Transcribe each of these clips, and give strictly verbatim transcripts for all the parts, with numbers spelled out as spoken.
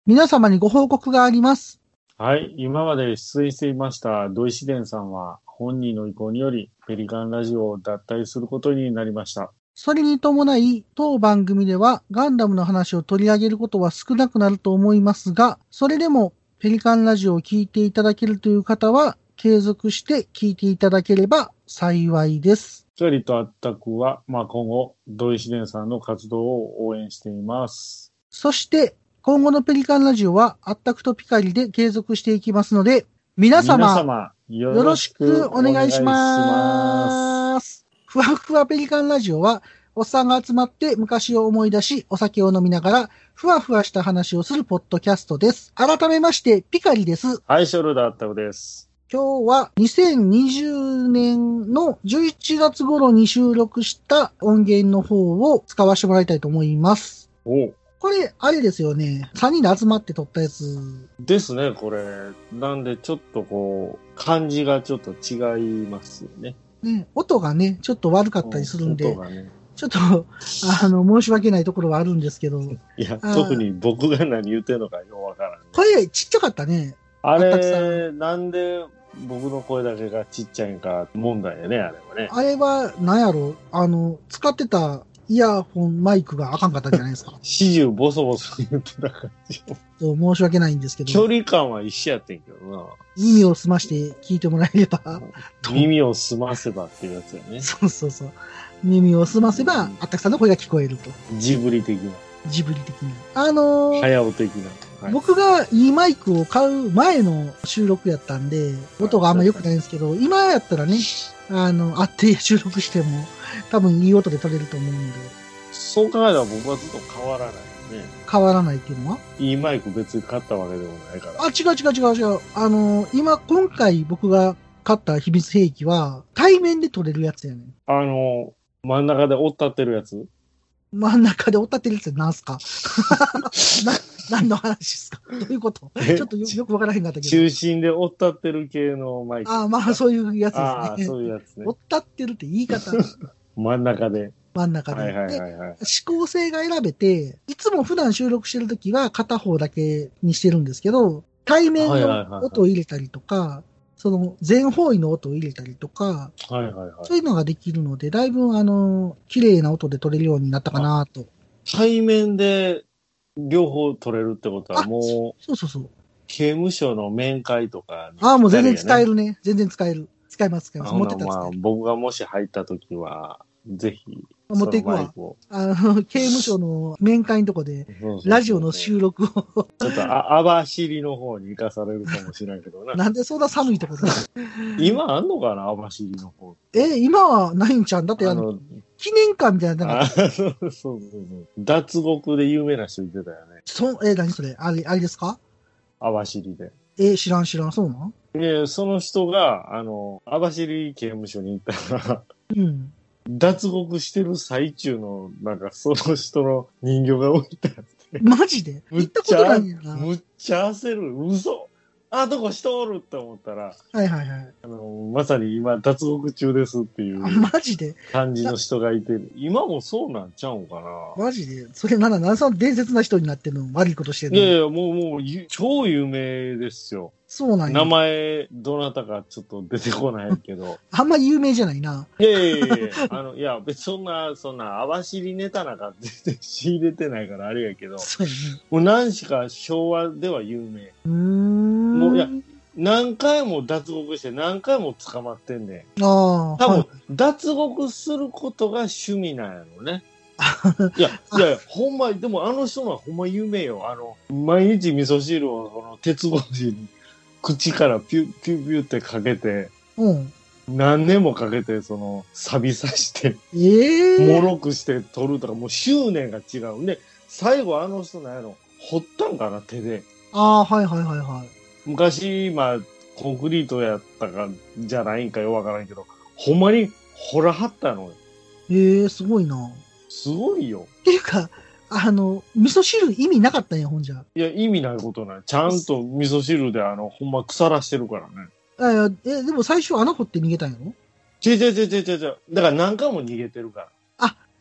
皆様にご報告があります。 はい。今まで出演していました土井紫伝さんは本人の意向によりペリカンラジオを脱退することになりました。 それに伴い、当番組ではガンダムの話を取り上げることは少なくなると思いますが、それでもペリカンラジオを聞いていただけるという方は、継続して聞いていただければ幸いです。 キャリとアッタクは、まあ、今後、土井紫伝さんの活動を応援しています。 そして、今後のペリカンラジオは、アッタクとピカリで継続していきますので、皆様、 皆様よよろしくお願いします。ふわふわペリカンラジオは、おっさんが集まって昔を思い出し、お酒を飲みながら、ふわふわした話をするポッドキャストです。改めまして、ピカリです。 はい、ショルダーアッタクです。 今日はにせんにじゅうねんのじゅういちがつ頃に収録した音源の方を使わせてもらいたいと思います。 おこれ、あれですよね。さんにんで集まって撮ったやつ。 ですね、これ。なんで、ちょっとこう、感じがちょっと違いますよね。 ね、音がね、ちょっと悪かったりするんで、 音がね、 ちょっと、あの、申し訳ないところはあるんですけど。 いや、特に僕が何言ってるのかよくわからん、ね。 声ちっちゃかったね。 あれ、なんで僕の声だけがちっちゃいんか問題やね、あれはね。 あれは、なんやろ、あの、使ってたイヤホンマイクがあかんかったんじゃないですか。 始終ボソボソ言ってた感じ。 そう、申し訳ないんですけど。 距離感は一緒やってんけどな。 耳を澄まして聞いてもらえれば。 耳を澄ませばっていうやつやね。 そうそうそう。耳を澄ませば、あったくさんの声が聞こえると。 ジブリ的な。 ジブリ的な。あのー、 早尾的な。 はい、僕がいいマイクを買う前の収録やったんで、音があんま良くないんですけど、今やったらね、あの、会って収録しても、多分いい音で撮れると思うんで。 そう考えたら僕はずっと変わらないよね。 変わらないっていうのはいいマイク別に買ったわけでもないから。 あ、違う違う違う違う。あのー、今、今回僕が買った秘密兵器は、対面で撮れるやつやねん。 あの、真ん中で追っ立ってるやつ真ん中で追っ立ってるやつって何すかな、何の話ですかどういうことちょっと よ, よくわからへんかったけど。 中心で追っ立ってる系のマイク。 ああ、まあそういうやつですね。 ああ、そういうやつね。 追っ立ってるって言い方。 真ん中で。 真ん中で。 はいはいはいはい。 で、指向性が選べて、いつも普段収録してるときは片方だけにしてるんですけど、対面の音を入れたりとか、その全方位の音を入れたりとか、 はいはいはい。 そういうのができるので、だいぶあの、綺麗な音で撮れるようになったかなと。 対面で両方撮れるってことはもう、 そうそうそう。 刑務所の面会とか、 ね。ああ、もう全然使えるね。全然使える。使います、使います。 持ってたら、まあ、僕がもし入った時は、ぜひ、 持っていくわ。あの、刑務所の面会のとこで、ラジオの収録を。ちょっと、あ、網走の方に行かされるかもしれんけどな。 なんでそんな寒いところ今あんのかな網走の方。 え、今はないんちゃんだってあの、あの記念館みたいなのが。 そうそうそうそう。脱獄で有名な人いてたよね。 そ、え、何それあれ、あれですか網走で。 え、知らん知らん、そうなんえ、その人が、あの、網走刑務所に行ったら、 うん。 脱獄してる最中の、なんか、その人の人形が置いてあって。 マジでむっちゃ、むっちゃ焦る。嘘あ、どこ人おるって思ったら、 はいはいはい。 あの、まさに今、脱獄中ですっていう。 マジで感じの人がいてる。今もそうなんちゃうんかなマジでそれなら、なんその伝説な人になってるの悪いことしてるのいやいや、もう、もう、超有名ですよ。 そうなんや。 名前、どなたかちょっと出てこないけど。 あんまり有名じゃないな。 いやいやいやいや、あの、いや、別にそんな、そんな、網走ネタなんか全然仕入れてないからあれやけど。 そうやね。 もう何しか昭和では有名。 うーん。 もう、いや、何回も脱獄して何回も捕まってんねん。ああ。多分、はい、脱獄することが趣味なんやろね。いや、いやいや、ほんま、でもあの人はほんま有名よ。あの、毎日味噌汁を、この鉄格子に口からピュッピュッピュッってかけて、 うん。 何年もかけて、その、錆びさして、 ええー。 もろくして取るとか、もう執念が違う。で、最後あの人なんやろ、掘ったんかな、手で。 ああ、はいはいはいはい。 昔、まあ、コンクリートやったか、じゃないんかよ、わからんけど、ほんまに掘らはったのよ。 ええー、すごいな。 すごいよ。 っていうか、あの、味噌汁意味なかったんや、ほんじゃ。 いや、意味ないことない。ちゃんと味噌汁で、あの、ほんま腐らしてるからね。 あいやえ、でも最初穴掘って逃げたんやろ違う違う違う違う違う。だから何回も逃げてるから。 あ、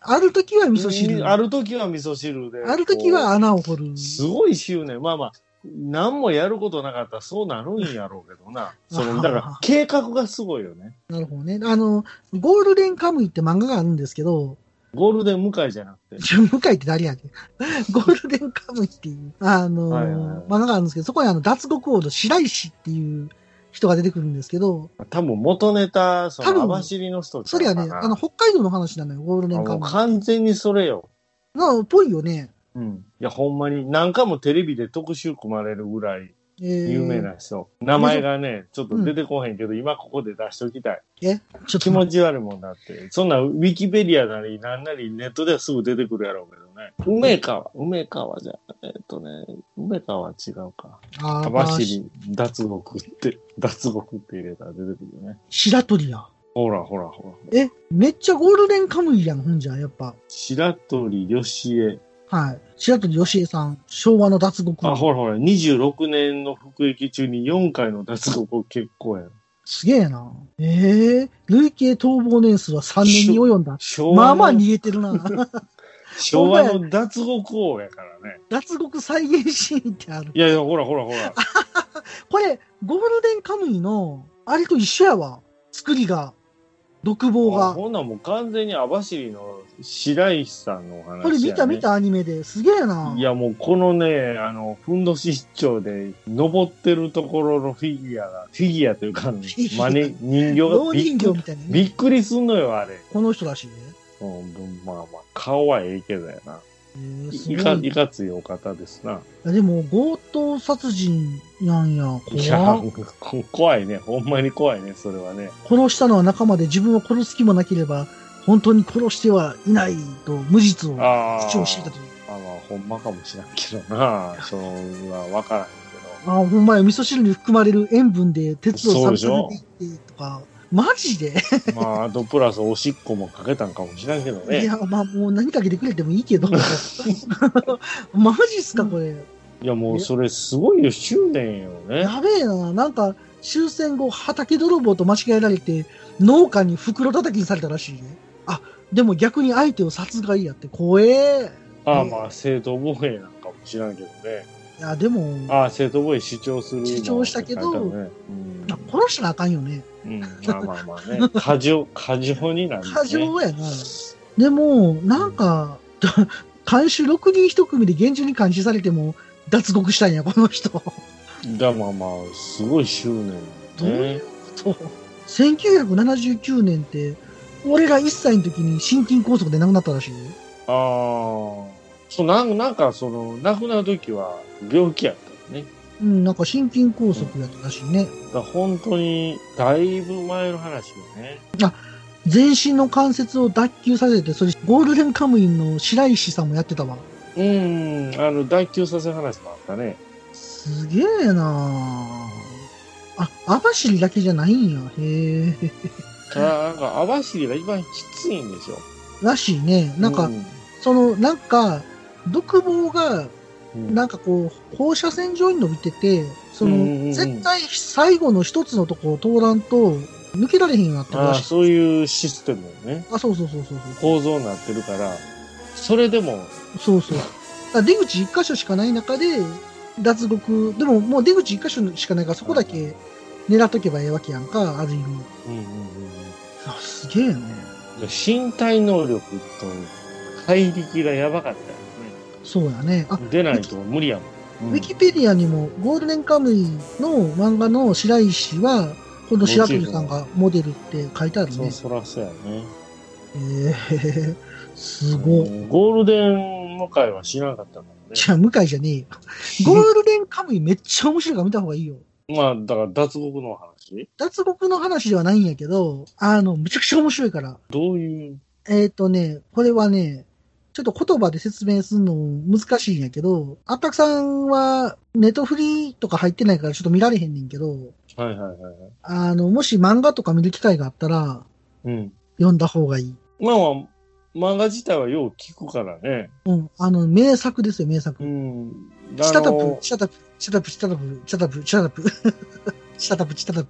ある時は味噌汁。 ある時は味噌汁で。 ある時は穴を掘る。 すごい執念。まあまあ、何もやることなかったらそうなるんやろうけどな。その、だから計画がすごいよね。 なるほどね。あの、ゴールデンカムイって漫画があるんですけど、 ゴールデン向井じゃなくて。 向井って誰やねん。ゴールデンカムイっていう、あの、 はいはいはい、 漫画があるんですけど、そこにあの、脱獄王の白石っていう人が出てくるんですけど、 多分元ネタ、その、網走の人それはね、あの、北海道の話なのよ、ゴールデンカムイ。 もう完全にそれよ。 な、ぽいよね。 うん。いや、ほんまに何回もテレビで特集組まれるぐらい、有名な人。えー、名前がね、ちょっと出てこへんけど、うん、今ここで出しときたい。 えちょっと気持ち悪いもんだって。そんな、ウィキペディアなり、なんなり、ネットではすぐ出てくるやろうけどね。梅川、梅川じゃ、えっとね、梅川は違うか。網走、脱獄って、脱獄って入れたら出てくるよね。 白鳥や。 ほらほらほら。 え、めっちゃゴールデンカムイやん、ほんじゃ、やっぱ。 白鳥義恵。 はい。白鳥義恵さん、昭和の脱獄。 あ、ほらほら、にじゅうろくねんの服役中によんかいの脱獄を結構やる。 すげえな。ええー、累計逃亡年数はさんねんに及んだ。まあまあ逃げてるな。 昭和の脱獄王やからね。 脱獄再現シーンってある。 いやいや、ほらほらほら。 これ、ゴールデンカムイの、あれと一緒やわ。作りが。独房が。 ほんなんもう完全に網走の白石さんのお話や、ね。 これ見た見たアニメですげえな。 いやもうこのね、あの、ふんどし一丁で登ってるところのフィギュアが、フィギュアというか、マネ、人形がびっ人形みたいな、ね、 びっくりすんのよ、あれ。 この人らしいね。 うん、まあまあ、顔はええけどやな。えー、いか、いかついお方ですな。 でも、強盗殺人なんや。怖いや、怖いね。ほんまに怖いね、それはね。 殺したのは仲間で自分を殺す気もなければ、本当に殺してはいないと無実を主張していたという。 ああ、まあ、ほんまかもしれんけどな。それはわからへんけど。 あ、ほんまや、味噌汁に含まれる塩分で鉄を酸化されていってとか。マジでまあ、あとプラスおしっこもかけたんかもしれんけどね。 いや、まあもう何かけてくれてもいいけど。マジっすか、これ。 いや、もうそれすごいよ、執念よね。 やべえな。なんか、終戦後、畑泥棒と間違えられて、農家に袋叩きにされたらしいね。あ、でも逆に相手を殺害やって、怖え。 ああ、まあ、正当防衛なんかもしらんけどね。 いや、でも。 ああ、正当防衛主張する、ね。 主張したけど、うん、殺したらあかんよね。 うん、まあまあまあね。過剰、過剰になる、ね。 過剰やな。でも、なんか、監修ろくにん一組で厳重に監視されても、脱獄したんや、この人。 だまあまあ、すごい執念、ね。 どういうこと？せんきゅうひゃくななじゅうきゅうねんって、俺がいっさいの時に心筋梗塞で亡くなったらしい。 ああ。そう、なん、なんかその、亡くなる時は病気やったよね。 うん、なんか心筋梗塞やったらしいね。 うん、だ本当に、だいぶ前の話よね。 あ、全身の関節を脱臼させて、それ、ゴールデンカムイの白石さんもやってたわ。 うん、あの、脱臼させる話もあったね。 すげえなぁ。あ、網走だけじゃないんや。へえ。 ただ、なんか、網走が一番きついんでしょ。 らしいね。なんか、うん、その、なんか、独房が、なんかこう、放射線状に伸びてて、その、絶対最後の一つのとこを通らんと、抜けられへんようになってるらしい。 ああ、そういうシステムよね。 あ、そうそうそうそう。 構造になってるから、それでも。 そうそう。出口一箇所しかない中で、脱獄、でももう出口一箇所しかないから、そこだけ狙っとけばええわけやんか、ある意味。うんうんうん。あ、すげえね。 身体能力と怪力がやばかったよね。 そうやね。 あ、出ないと無理やもん。 ウィキペディアにも、ゴールデンカムイの漫画の白石は、この白鳥さんがモデルって書いてあるね。 そう、そらそうやね。 ええー、すごい。 ゴールデン向井は知らなかったもんね。 じゃあ、向井じゃねえよ。ゴールデンカムイめっちゃ面白いから見た方がいいよ。 まあ、だから脱獄の話脱獄の話ではないんやけど、あの、めちゃくちゃ面白いから。 どういうえっとね、これはね、ちょっと言葉で説明するの難しいんやけど、あったくさんはネットフリとか入ってないからちょっと見られへんねんけど、 はいはいはい。 あの、もし漫画とか見る機会があったら、うん。読んだ方がいい。 まあまあ、漫画自体はよう聞くからね。 うん。あの、名作ですよ、名作。うん。チタタプ、チタタプ、チタタプ、チタタプ、チタタプ、チタタプ、チタタプ、チタタプ。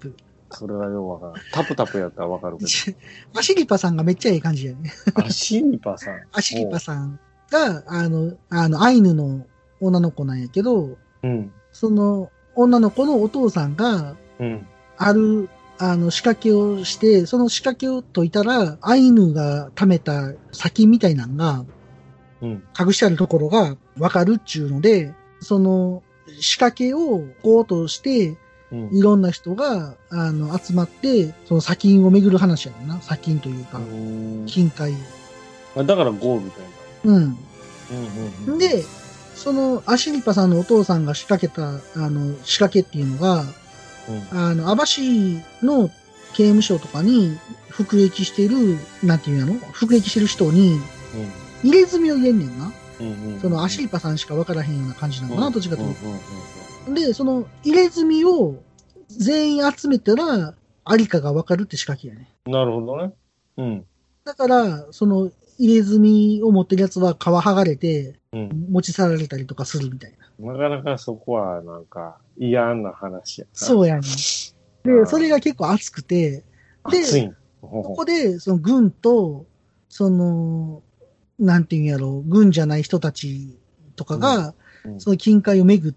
それはようわからん。タプタプやったらわかるけど。 アシリパさんがめっちゃいい感じやね。 アシリパさん。 アシリパさんが、あの、あの、アイヌの女の子なんやけど、 うん。 その女の子のお父さんが、 うん。 ある、あの、仕掛けをして、その仕掛けを解いたら、アイヌが貯めた砂金みたいなのが、 うん。 隠してあるところがわかるっちゅうので、その仕掛けをこうとして、 うん。 いろんな人が、あの、集まって、その砂金を巡る話やねんな。砂金というか、金塊あだからゴールドやを。うん。 な。うんうんうん。 で、そのアシリパさんのお父さんが仕掛けた、あの、仕掛けっていうのが、 うん。 あの、網走の刑務所とかに服役してる、なんていうの服役してる人に入れ墨を入れんねんな。 うんうんうん。 そのアシリパさんしか分からへんような感じなのかな、どっちかといううんうんうんと。で、その入れ墨を全員集めたら、ありかが分かるって仕掛けやね。 うん。なるほどね。うん。 だから、その入れ墨を持ってるやつは皮剥がれて、 うん。 持ち去られたりとかするみたいな。 なかなかそこはなんか嫌な話やな。 そうやね。で、それが結構熱くて、で、 熱い。 ここで、その軍と、その、なんていうんやろう、軍じゃない人たちとかが、 うんうんその金塊をめぐって、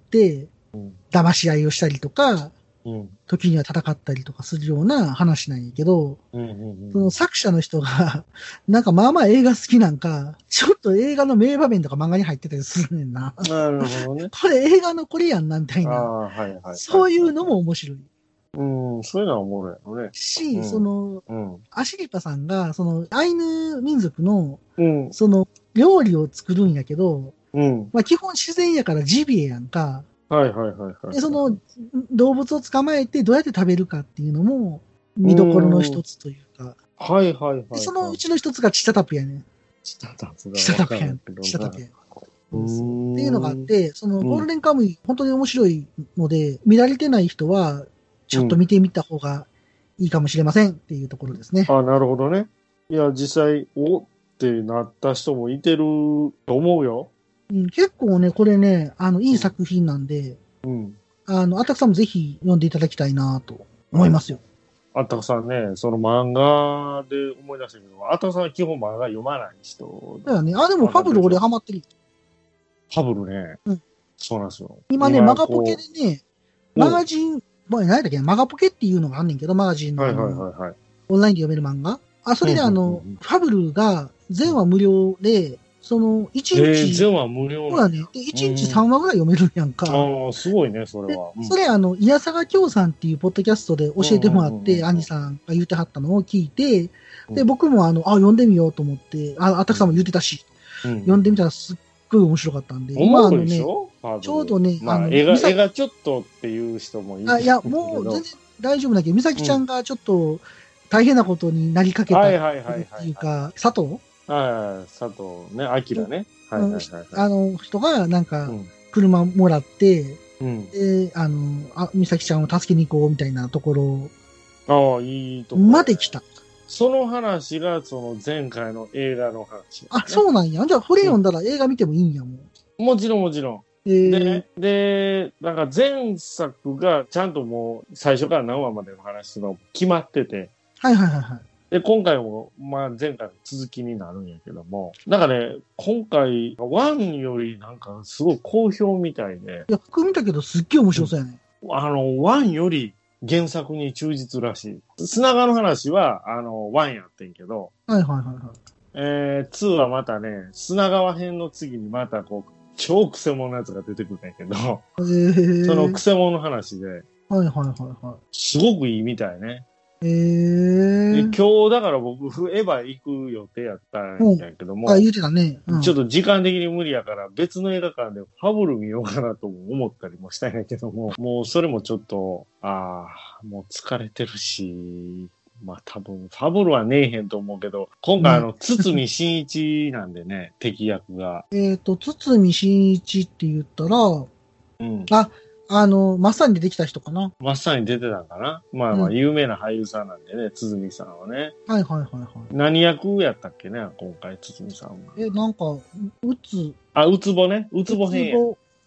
うん騙し合いをしたりとか、 うん時には戦ったりとかするような話なんやけど、 うんうんその作者の人が、なんかまあまあ映画好きなんか、ちょっと映画の名場面とか漫画に入ってたりするねんな。 なるほどね。 これ映画のこれやんな、みたいな。 ああ、はいはいはい。 そういうのも面白い。 うん、そういうのはおもろいのね。 し、 うんその、 うん。 アシリパさんが、その、アイヌ民族の、 うん。 その、料理を作るんやけど、 うん。 まあ基本自然やからジビエやんか。 はいはいはいはい。 で、その、動物を捕まえてどうやって食べるかっていうのも、見どころの一つというか。 はいはいはい、はい。 でそのうちの一つがチタタプやねん。 チタタプがチタタプやんわかるけ。どチタタプやん。 うーんっていうのがあって、そのうんゴールデンカムイ、本当に面白いので、見られてない人は、ちょっと見てみた方がいいかもしれませんっていうところですね。 あ、なるほどね。いや、実際、おってなった人もいてると思うよ。 うん、結構ね、これね、あの、いい作品なんで、 うん。 あの、あたくさんもぜひ読んでいただきたいなと思いますよ。 あったくさんね、その漫画で思い出したけど、あったくさんは基本漫画読まない人。 だよね。あ、でもファブル俺ハマってる。 ファブルね。 うんそうなんですよ。 今ね、マガポケこでね、 うマガジン、まあ、何だっけ、マガポケっていうのがあんねんけど、マガジンの、 うはいはいはいはい。 オンラインで読める漫画。あ、それであのうんうんうんうん、 ファブルが全話無料で、その、いちえー、 にち、 全話無料なんやそうだね。で、いちにちさんわぐらい読めるんやんか。 ああ、すごいね、それでは。うんそれあの、いやさがきょうさんっていうポッドキャストで教えてもらって、 うんうんうんうん兄さんが言ってはったのを聞いて、で、 うん僕もあの、あ、読んでみようと思って、あ、あたくさんも言ってたし、 うん読んでみたらすっごい面白かったんで、 おもろいでしね、 ょファブルちょうどねまあ、 あの絵が、 みさ絵がちょっとっていう人もいるあ、いや、 けどもう全然大丈夫だけど、美咲ちゃんがちょっと大変なことになりかけたっはいはいはいはいていうか、佐藤はい、佐藤ね、アキラね。はいはいはいはい。 あの人がなんかうん。 車もらって、 うん。 で、あの、あ、美咲ちゃんを助けに行こうみたいなところああ、いいとこ。 まで来た。 その話が、その前回の映画の話、ね。 あ、そうなんや。じゃあ、これ読んだら映画見てもいいんやもん。 もちろんもちろん。 えー、 でね、で、なんか前作がちゃんともう最初から何話までの話が決まってて、 はいはいはいはい。 で、今回も、まあ前回の続きになるんやけども、なんかね、今回、ワンよりなんかすごい好評みたいで、 いや、僕見たけどすっげえ面白そうやね。 あの、ワンより原作に忠実らしい。砂川の話は、あの、ワンやってんけど、 はいはいはいはい。 えー、ツーはまたね、砂川編の次にまたこう、超クセモノのやつが出てくるんやけど、 えー、 そのクセモノの話で、 はいはいはいはすごくいいみたいね。 い。えでー、 今日だから僕、エヴァ行く予定やったんやけども、 あ、言ってたね。うん、 ちょっと時間的に無理やから別の映画館でファブル見ようかなとも思ったりもしたんやけども、もうそれもちょっと、ああ、もう疲れてるし、まあ多分、ファブルはねえへんと思うけど、今回あの、堤真一なんでね、敵役が。 えっ、と、堤真一って言ったら、 うん。 あ、あの、まさに出てきた人かな。 まさに出てたんかなまあまあ、 うん有名な俳優さんなんでね、堤さんはね。 はいはいはいはい。 何役やったっけね、今回、堤さんは。 え、なんか、うつ、 あ、うつぼね。うつぼ編や。 うつぼ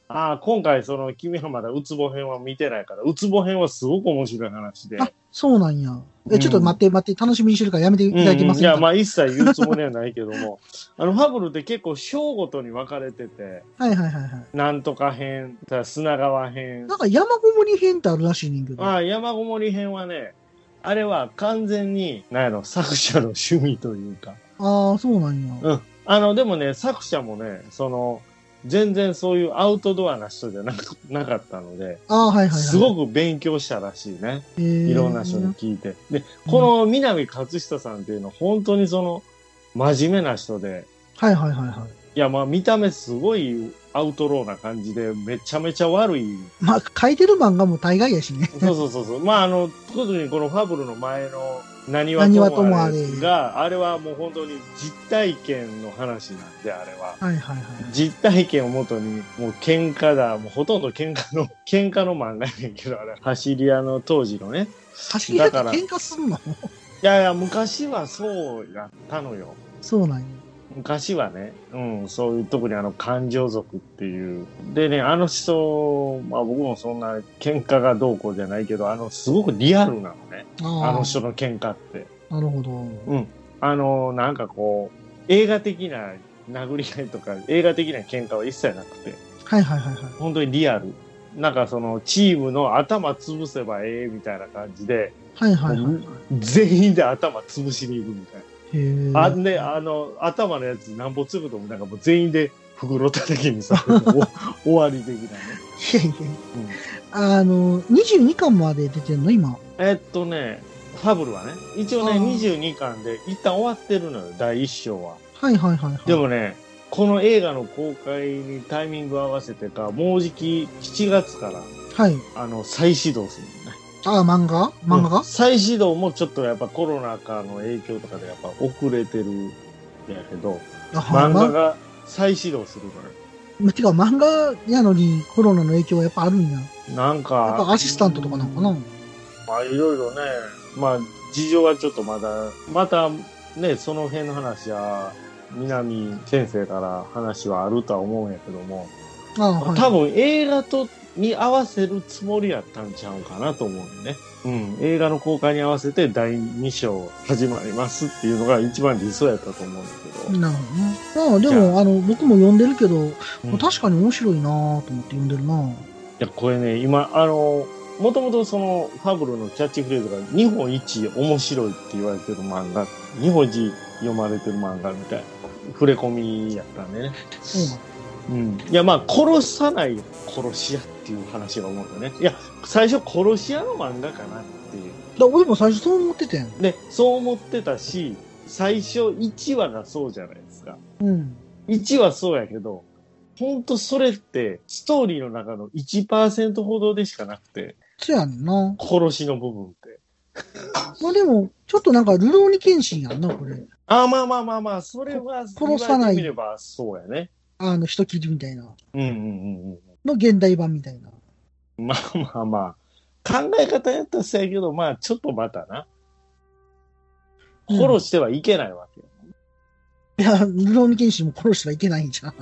ああ、今回その、君はまだウツボ編は見てないから、ウツボ編はすごく面白い話で。 あ、そうなんや。え、ちょっと待って待って、楽しみにしてるからやめていただけませんか、 うんうん、いや、まあ一切言うつもりはないけども、あの、ファブルって結構章ごとに分かれてて、 はいはいはいはい。 なんとか編、砂川編。 なんか山ごもり編ってあるらしいねんけど。 ああ、山ごもり編はね、あれは完全に、なんやろ、作者の趣味というか。 ああ、そうなんや。 うん。あの、でもね、作者もね、その、全然そういうアウトドアな人じゃなくなかったので、 ああ、はいはいはい。 すごく勉強したらしいね。 へーいろんな人に聞いて。で、この南勝久さんっていうのは本当にその、真面目な人で、 はいはいはいはい。 いや、まあ見た目すごいアウトローな感じで、めちゃめちゃ悪い。 まあ、書いてる漫画も大概やしね。 そうそうそうそう。まああの、特にこのファブルの前の何何はともはともあれあれが、あれはもう本当に実体験の話なんで、あれは。 はいはいはい。 実体験をもとに、もう喧嘩だ、もうほとんど喧嘩の、喧嘩の漫画やねんけど、あれ、走り屋の当時のね。 走り屋って喧嘩すんの？ いやいや、昔はそうやったのよ。 そうなんや。 昔はね、うん、そういう、特にあの、感情族っていう。でね、あの人、まあ僕もそんな喧嘩がどうこうじゃないけど、あの、すごくリアルなのね。あの人の喧嘩って。 なるほど。 うん。あの、なんかこう、映画的な殴り合いとか、映画的な喧嘩は一切なくて。 はいはいはいはい。 本当にリアル。なんかその、チームの頭潰せばええみたいな感じで、 はいはいはい。 全員で頭潰しに行くみたいな。 へえ。 あんで、あの、頭のやつなんぼつくともなんかもう全員で袋叩きにされて終わり的なね。 いやいやいや。あの、にじゅうにかんまで出てんの今。 えっとね、ファブルはね、一応ね、にじゅうにかんで一旦終わってるのよ、だいいっ章は。 はいはいはいはい。 でもね、この映画の公開にタイミング合わせてか、もうじきしちがつから、 はい。 あの、再始動するのね。 ああ、漫画漫画が、 うん、再始動もちょっとやっぱコロナ禍の影響とかでやっぱ遅れてるんやけど、漫画が再始動するのよ。てか漫画やのにコロナの影響はやっぱあるんや。 なんか、 やっぱアシスタントとかなのかな。 まあいろいろね、まあ事情はちょっとまだ、またね、その辺の話は、南先生から話はあるとは思うんやけども、 ああ、はい、 多分映画とに合わせるつもりやったんちゃうかなと思うよね。うん。映画の公開に合わせてだいに章始まりますっていうのが一番理想やったと思うんだけど。 なるほどね。まあでも、あの、僕も読んでるけど、 うん、 確かに面白いなぁと思って読んでるなぁ。 いや、これね、今、あの、もともとそのファブルのキャッチフレーズが日本一面白いって言われてる漫画、日本一読まれてる漫画みたいな触れ込みやったんでね。うん。いや、まあ、殺さない殺し屋っていう話が思うんだよね。いや、最初殺し屋の漫画かなっていう。 だ俺も最初そう思ってたやん。 で、そう思ってたし、最初いちわがそうじゃないですか。 うん。 いちわそうやけど、ほんとそれって、ストーリーの中の いちパーセント ほどでしかなくて。 そうやんな。 殺しの部分って。 まあでも、ちょっとなんか、ルローニケンシンやんな、これ。 ああ、まあまあまあまあ、それは、 殺さない。 見ればそうやね。 あの、人切りみたいな。 うんうんうんうん。 の現代版みたいな。 まあまあまあ。考え方やったらそうやけど、まあ、ちょっとまたな。殺してはいけないわけよ。 うん、いや、ルローニケンシンも殺してはいけないんじゃん。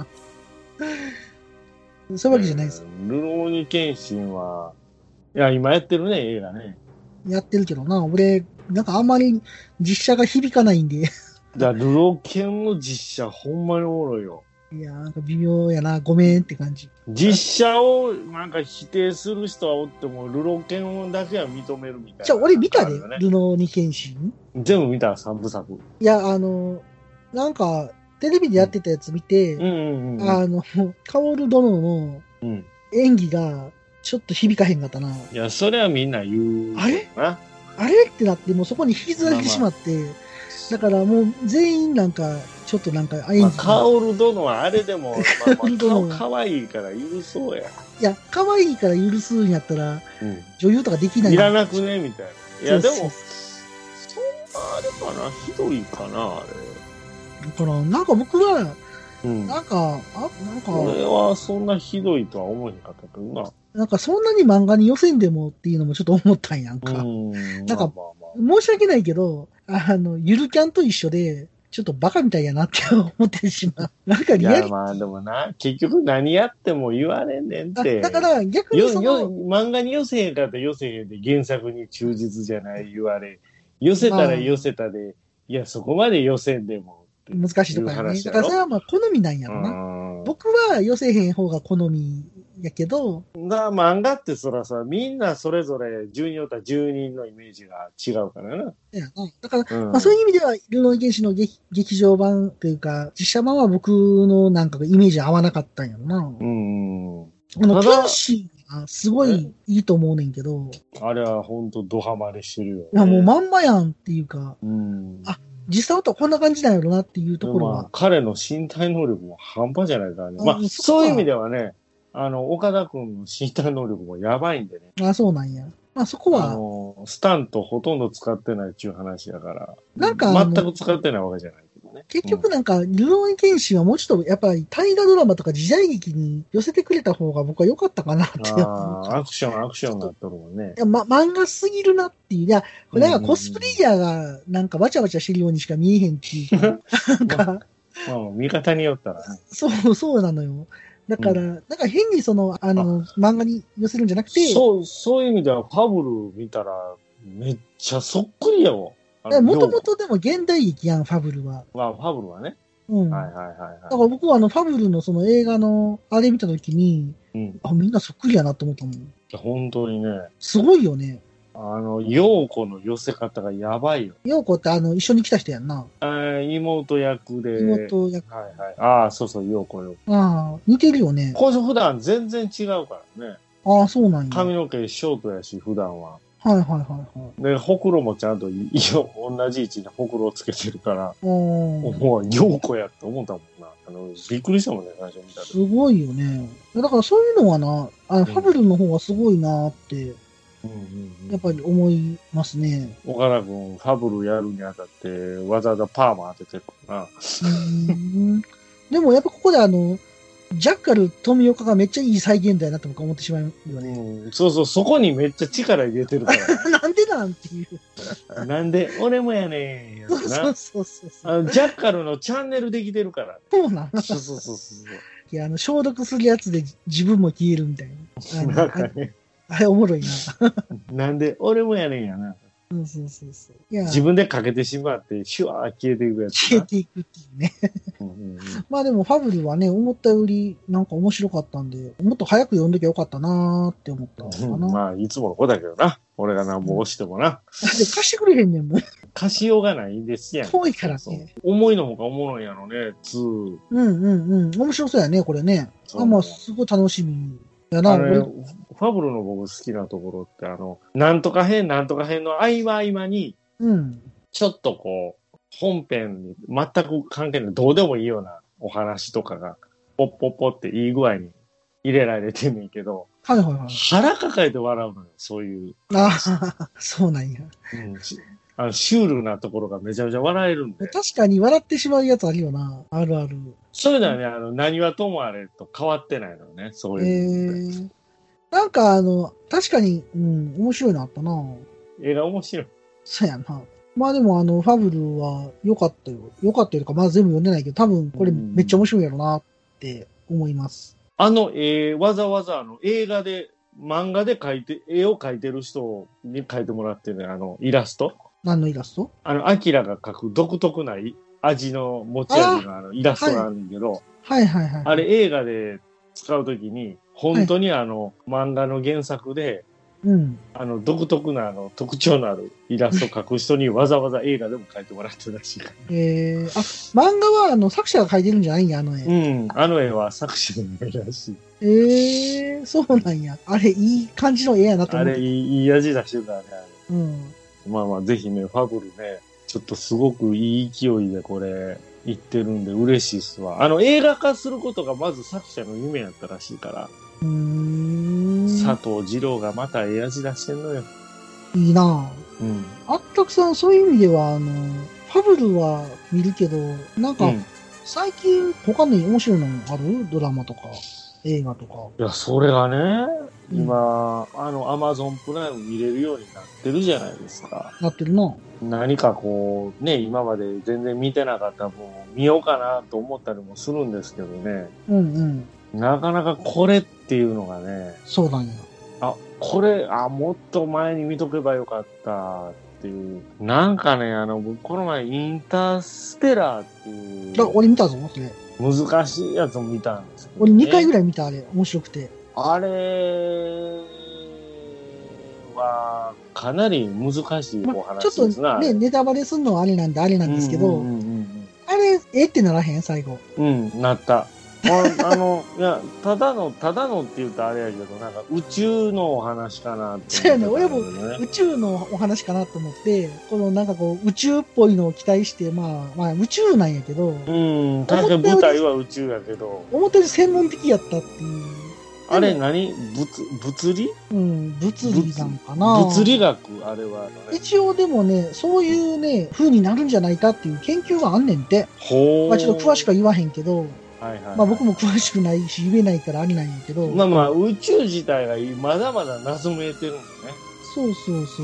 そういうわけじゃないです。 ルローニケンシンは、いや、今やってるね、映画ね。 やってるけどな、俺、なんかあんまり実写が響かないんで。 だルロケンの実写、ほんまにおもろいよ。 いや、なんか微妙やな、ごめんって感じ。 実写をなんか否定する人はおっても、ルロケンだけは認めるみたいな、 じゃあ、俺見たで、ね、ルローニケンシン。 全部見た、三部作。 いや、あの、なんか、テレビでやってたやつ見て、 うんうんうん、 あの、カオル殿の演技がちょっと響かへんかったな。 いや、それはみんな言う。 あれあれってなって、もうそこに引きずられてしまって、まあまあ、だからもう全員なんか、ちょっっとなんか演技、まあ、 カオル殿はあれでも、まあ、まあ、かわいいから許そうや。 いや、可愛いから許すんやったら、うん、女優とかできない。 いらなくねみたいな。いや、でも、そんなあれかな、ひどいかな、あれ。 だから、なんか僕は、うん、なんか、あ、なんか。 俺はそんなひどいとは思えへんかったけどな。 なんかそんなに漫画に寄せんでもっていうのもちょっと思ったんやんか。うんなんか、まあまあまあ、申し訳ないけど、あの、ゆるキャンと一緒で、 ちょっとバカみたいやなって思ってしまう。なんかいリアリや、まあでもな、結局何やっても言われんねんっあて。 だから逆によ、 そよ、 の、 漫画に寄せへんかったら寄せへんで原作に忠実じゃない言われ。寄せたまあ、 ら寄せたで、いや、そこまで寄せんでもって難しいいうとこやね。 話やろ。 だからそれはまあ好みなんやうろな。 ん。 僕は寄せへん方が好みやけど、 だ漫画ってそらさ、みんなそれぞれじゅうにんおったらじゅうにんのイメージが違うからな。 やな。だから、 うん。 まあそういう意味では、ルノイ原始の劇劇場版というか、実写版は僕のなんかイメージ合わなかったんやろな。 うん。 あの、 ただ天使がすごいいいと思うねんけど、 あれはほんとドハマりしてるよ、ね。 いやもうまんまやんっていうか、 うん。 あ実際はこんな感じなんやろなっていうところは。 まあ、彼の身体能力も半端じゃないからね。 あまあ、 そそういう意味ではね、あの、岡田くんの身体能力もやばいんでね。 あ、そうなんや。まあそこあは、 の、スタントほとんど使ってないっていう話だから。 なんかあの全く使ってないわけじゃないけどね。 結局なんか、ルノイ原始はもうちょっとやっぱり大河ドラマとか時代劇に寄せてくれた方が僕は良かったかなってうん、 思うああ、アクション、アクションになっとるもんねい。や、ま、漫画すぎるなっていう。いや、これなんかコスプレイヤーがなんかわちゃわちゃしてるようにしか見えへんっていうか、なんか、 まあ、見方によったらね。 そう、そうなのよ。だから、 うなんか変にその、あの、漫画に寄せるんじゃなくて、 そう、そういう意味では、ファブル見たら、めっちゃそっくりやわ。 もともとでも現代劇やん、ファブルは。 まあ、ファブルはね。 うん。 はいはいはいだかはら僕はあの、ファブルのその映画の、あれ見たときに、 い。うん。 あ、みんなそっくりやなと思ったもん。 本当にね、 すごいよね。 あの、陽子の寄せ方がやばいよ。 陽子ってあの、一緒に来た人やんな。 あー妹役で。 妹役。 はいはい。ああ、そうそう、陽子よ。 ああ、似てるよね。 これ普段全然違うからね。 ああ、そうなんや。 髪の毛ショートやし、普段は。 はいはいはいはい。 で、ほくろもちゃんといいよ、同じ位置にほくろをつけてるから、 おーもう陽子やって思ったもんな。あの、びっくりしたもんね、最初見たす時。 ごいよね。だからそういうのはな、あの、ファブルの方がすごいなって、 うんうんうん。 やっぱり思いますね。 岡田君、ファブルやるにあたって、わざわざパーマ当ててるからな。 うーんでもやっぱここであの、ジャッカル富岡がめっちゃいい再現だよなと僕は思ってしまうよね。 うん、そうそう、そこにめっちゃ力入れてるかなんでなんっていう。 ら。なんで、俺もやねんやつな。 そうそうそうそう。 あの、ジャッカルのチャンネルできてるから。 そうなんそうそうそうそう。 いや、あの、消毒するやつで自分も消えるみたいな。あのなんかね、 あれおもろいな。 なんで、俺もやねんやな。 そうそうそうそう。いや、 自分でかけてしまって、シュワー消えていくやつな。 消えていくっていうね。 うんうんうんまあでも、ファブルはね、思ったよりなんか面白かったんで、もっと早く読んできゃよかったなーって思ったかな。 まあ、いつもの子だけどな。俺がなんぼ押してもな。 で、貸してくれへんねんもん。 貸しようがないんですやん。 遠いからそうね。 思いのほかおもろいんやろね、ツー。 うんうんうん。面白そうやね、これね。 そうあ、まあ、すごい楽しみやな。 あれ、 俺ファブルの僕好きなところって、あの、なんとか編、なんとか編の合間合間に、 うん。 ちょっとこう、本編に全く関係ない、どうでもいいようなお話とかが、ポッポッポっていい具合に入れられてんねんけど、 はいはいはい。 腹抱えて笑うのよ、そういう。 ああ、そうなんや。 うん、しあのシュールなところがめちゃめちゃ笑えるんで。 確かに笑ってしまうやつあるよな。あるある。 そういうのはね、あの、何はともあれと変わってないのね、そうえいうのって。 ー、なんかあの、確かに、うん、面白いのあったな。 映画面白い。 そうやな。まあでもあの、ファブルは良かったよ。良かったよとか、まだ全部読んでないけど、多分これめっちゃ面白いやろなって思います。 あの絵、わざわざあの映画で、漫画で描いて、絵を描いてる人に描いてもらってるね、あの、イラスト。 何のイラストあの、アキラが描く独特な味の持ち味のあのイラストがあるんだけど、 はいはいはい。 あれ映画で使うときに、本当にあの、漫画の原作で、 うん。 あの、独特なあの、特徴のあるイラストを描く人にわざわざ映画でも描いてもらってるらしいから。 えー、あ、漫画はあの、作者が描いてるんじゃないんや、あの絵。 うん、あの絵は作者でないらしい。 えー、そうなんや。あれ、いい感じの絵やなと思って。 あれいい、いい味出してるからね、あれ。 うん。 まあまあ、ぜひね、ファブルね、ちょっとすごくいい勢いでこれ、言ってるんで嬉しいっすわ。あの、映画化することがまず作者の夢やったらしいから、 うーん。 佐藤二郎がまたええ味出してんのよ。 いいなぁ。 うん。 あったくさん、そういう意味では、あの、ファブルは見るけど、なんか、 うん。 最近他に面白いのあるドラマとか。 映画とか。 いや、それがね、 うん今、あの、アマゾンプライム見れるようになってるじゃないですか。 なってるな。 何かこう、ね、今まで全然見てなかった分を見ようかなと思ったりもするんですけどね。 うんうん。 なかなかこれっていうのがね、 そうなんや。 あ、これ、あ、もっと前に見とけばよかったっていう。なんかね、あの、僕この前インターステラーっていあ、 う俺見たぞ、それ。 難しいやつを見たんですけど、 俺ね。 にかいぐらい見た、あれ。面白くて。 あれは、かなり難しいおま、ちょっ話ですな。 とね、ネタバレすんのはあれなんで、あれなんですけど、 うんうんうんあれ、えってならへん、最後。 うん、うん、なった。ああの、いや、ただの、ただのって言うとあれやけど、なんか宇宙のお話かなってそうやね、 思って俺もたんだけどね。 宇宙のお話かなと思って、このなんかこう、宇宙っぽいのを期待して、まあ、まあ、宇宙なんやけど、 うん、確かに舞台は宇宙やけど、 思ったより専門的やったっていう。 あれ何物、物理うん、物理なんかな。 物理学、あれは、ね。 一応でもね、そういうね、風になるんじゃないかっていう研究があんねんて。 ほー。 まあちょっと詳しくは言わへんけど、 はいはいはい、 まあ僕も詳しくないし言えないからありなんやけど。 まあまあ、宇宙自体がまだまだ謎めいてるんだね。 そうそうそう。 うん、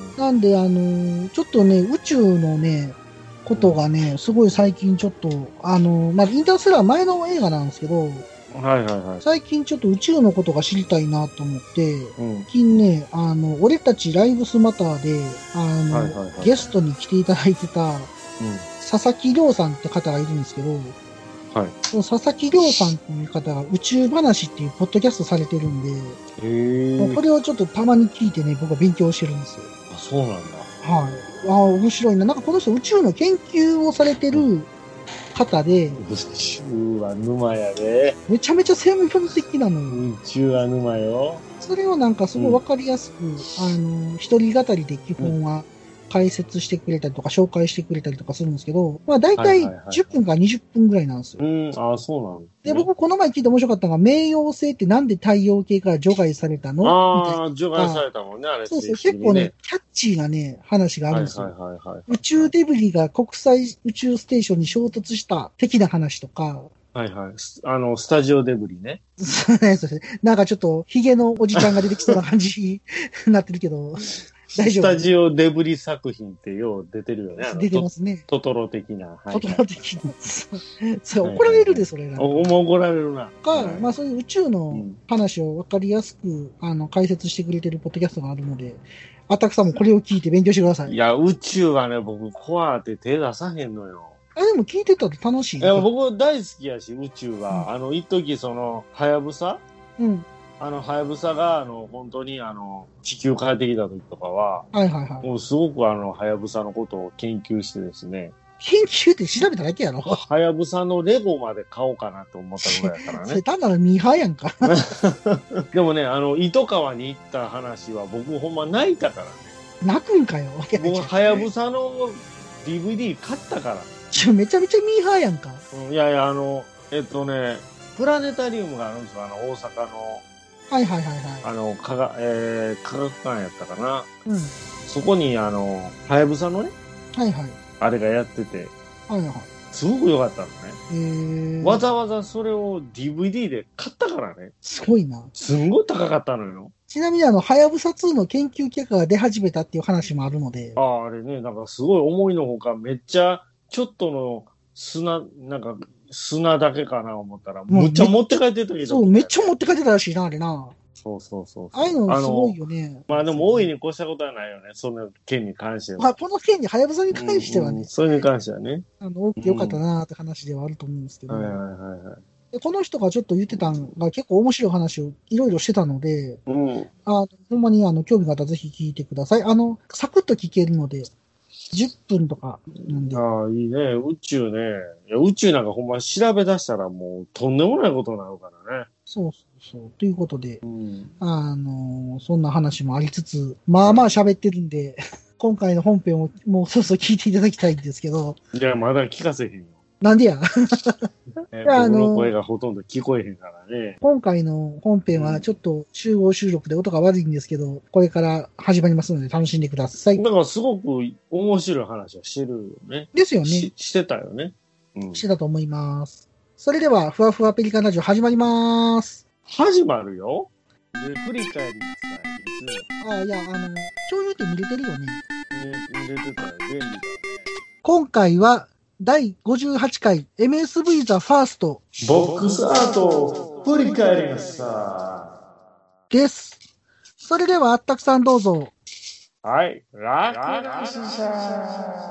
なんで、あのーちょっとね、宇宙のね、ことがね、すごい最近ちょっと、あのーまあ、インターステラー前の映画なんですけど、 はいはいはい。 最近ちょっと宇宙のことが知りたいなと思って、 うん、 最近ね、あの、俺たちライブスマターで、あの、 はいはいはいゲストに来ていただいてた、 うん、 佐々木亮さんって方がいるんですけど、 はい。 その佐々木亮さんっていう方が宇宙話っていうポッドキャストされてるんで、 へえ。 もうこれをちょっとたまに聞いてね、僕は勉強してるんですよ。 あ、そうなんだ。 はい。ああ、面白いな。なんかこの人宇宙の研究をされてる方で、 宇宙は沼やで。 めちゃめちゃ専門的なのよ。 宇宙は沼よ。 それをなんかすごいわかりやすく、あの、一人語りで基本は解説してくれたりとか、紹介してくれたりとかするんですけど、まあ大体はいはいはいはいじゅっぷんからにじゅっぷんぐらいなんですよ。 うん、ああ、そうなの、ね。 で、僕この前聞いて面白かったのが、冥王星ってなんで太陽系から除外されたのみたいな。 ああ、除外されたもんね、あれ。 そうそう、 正式に結構ね、キャッチーなね、話があるんですよ。 はいはいはいはい。 宇宙デブリが国際宇宙ステーションに衝突した的な話とか、 はいはい。あの、スタジオデブリね。 そうですね。なんかちょっと、ヒゲのおじちゃんが出てきそうな感じになってるけど、大丈夫。 スタジオデブリ作品ってよう出てるよね。 出てますね。 トトロ的な。はい、 トトロ的な。それ怒られるで、それが。 お、もう怒られるな。 か、 はい、 まあそういう宇宙の話を分かりやすく、あの、解説してくれてるポッドキャストがあるので、あたくさんもこれを聞いて勉強してください。 いや、宇宙はね、僕、コアって手出さへんのよ。 あ、でも聞いてたら楽しい。 いや、僕大好きやし、宇宙は。 うん、 あの、一時その、はやぶさうん。 あの、はやぶさが、あの、本当に、あの、地球帰ってきた時とかは、 はいはいはい。 もうすごくあの、はやぶさのことを研究してですね。 研究って調べただけやろ。 はやぶさのレゴまで買おうかなと思ったぐらいやからそれね。 単なるミーハーやんか。 でもね、あの、糸川に行った話は僕ほんま泣いたからね。 泣くんかよ。 僕、はやぶさの ディーブイディー 買ったから。 ちょ、めちゃめちゃミーハーやんか。 うん、いやいや、あの、えっとね、プラネタリウムがあるんですよ。あの、大阪の、 はいはいはいはい。 あの、科学、えー、科学館やったかな。 うん。 そこに、あの、はやぶさのね、 はいはい。 あれがやってて、 はいはい。 すごく良かったのね。 えー、 わざわざそれを ディーブイディー で買ったからね。 すごいな。 すんごい高かったのよ。 ちなみにあの、はやぶさツーの研究結果が出始めたっていう話もあるので。 ああ、あれね、なんかすごい思いのほか、めっちゃ、ちょっとの砂、なんか、砂だけかな思ったら、むっちゃ持って帰ってたけど。 そう、めっちゃ持って帰ってたらしいな、あれな。 そうそうそうそう。 ああいうのすごいよね。 まあでも大いに越したことはないよね。その件に関しては。 まあ、この件に、はやぶさに関してはね。 うんうん、それに関してはね。 あの、OK よかったなーって話ではあると思うんですけど。 はいはいはいはい。 でこの人がちょっと言ってたのが結構面白い話をいろいろしてたので、 うん。 あほんまにあの興味があったらぜひ聞いてください。あの、サクッと聞けるので、じゅっぷんとかなんで。 ああ、いいね。宇宙ね。いや、宇宙なんかほんま調べ出したらもうとんでもないことになるからね。 そうそうそう。ということで、 うん、 あの、そんな話もありつつ、まあまあ喋ってるんで、今回の本編をもうそろそろ聞いていただきたいんですけど。 いや、まだ聞かせへんよ。 なんでやえいや僕の声がほとんど聞こえへんからね。 今回の本編はちょっと集合収録で音が悪いんですけど、これから始まりますので楽しんでください。 だからすごく面白い話はしてるよね。 ですよね。 ししてたよね。 うん、してたと思います。 それでは、ふわふわペリカンラジオ始まります。 始まるよ。で、振り返りなさい。 ああ、いや、あの、共有って見れてるよね。 ね、見れてたよ。便利だね。 今回は、だいごじゅうはちかい エムエスブイ ザ・ファースト。 ボックスアート、振り返りなさい。です。それでは、あったくさんどうぞ。 はい。ラックラスさ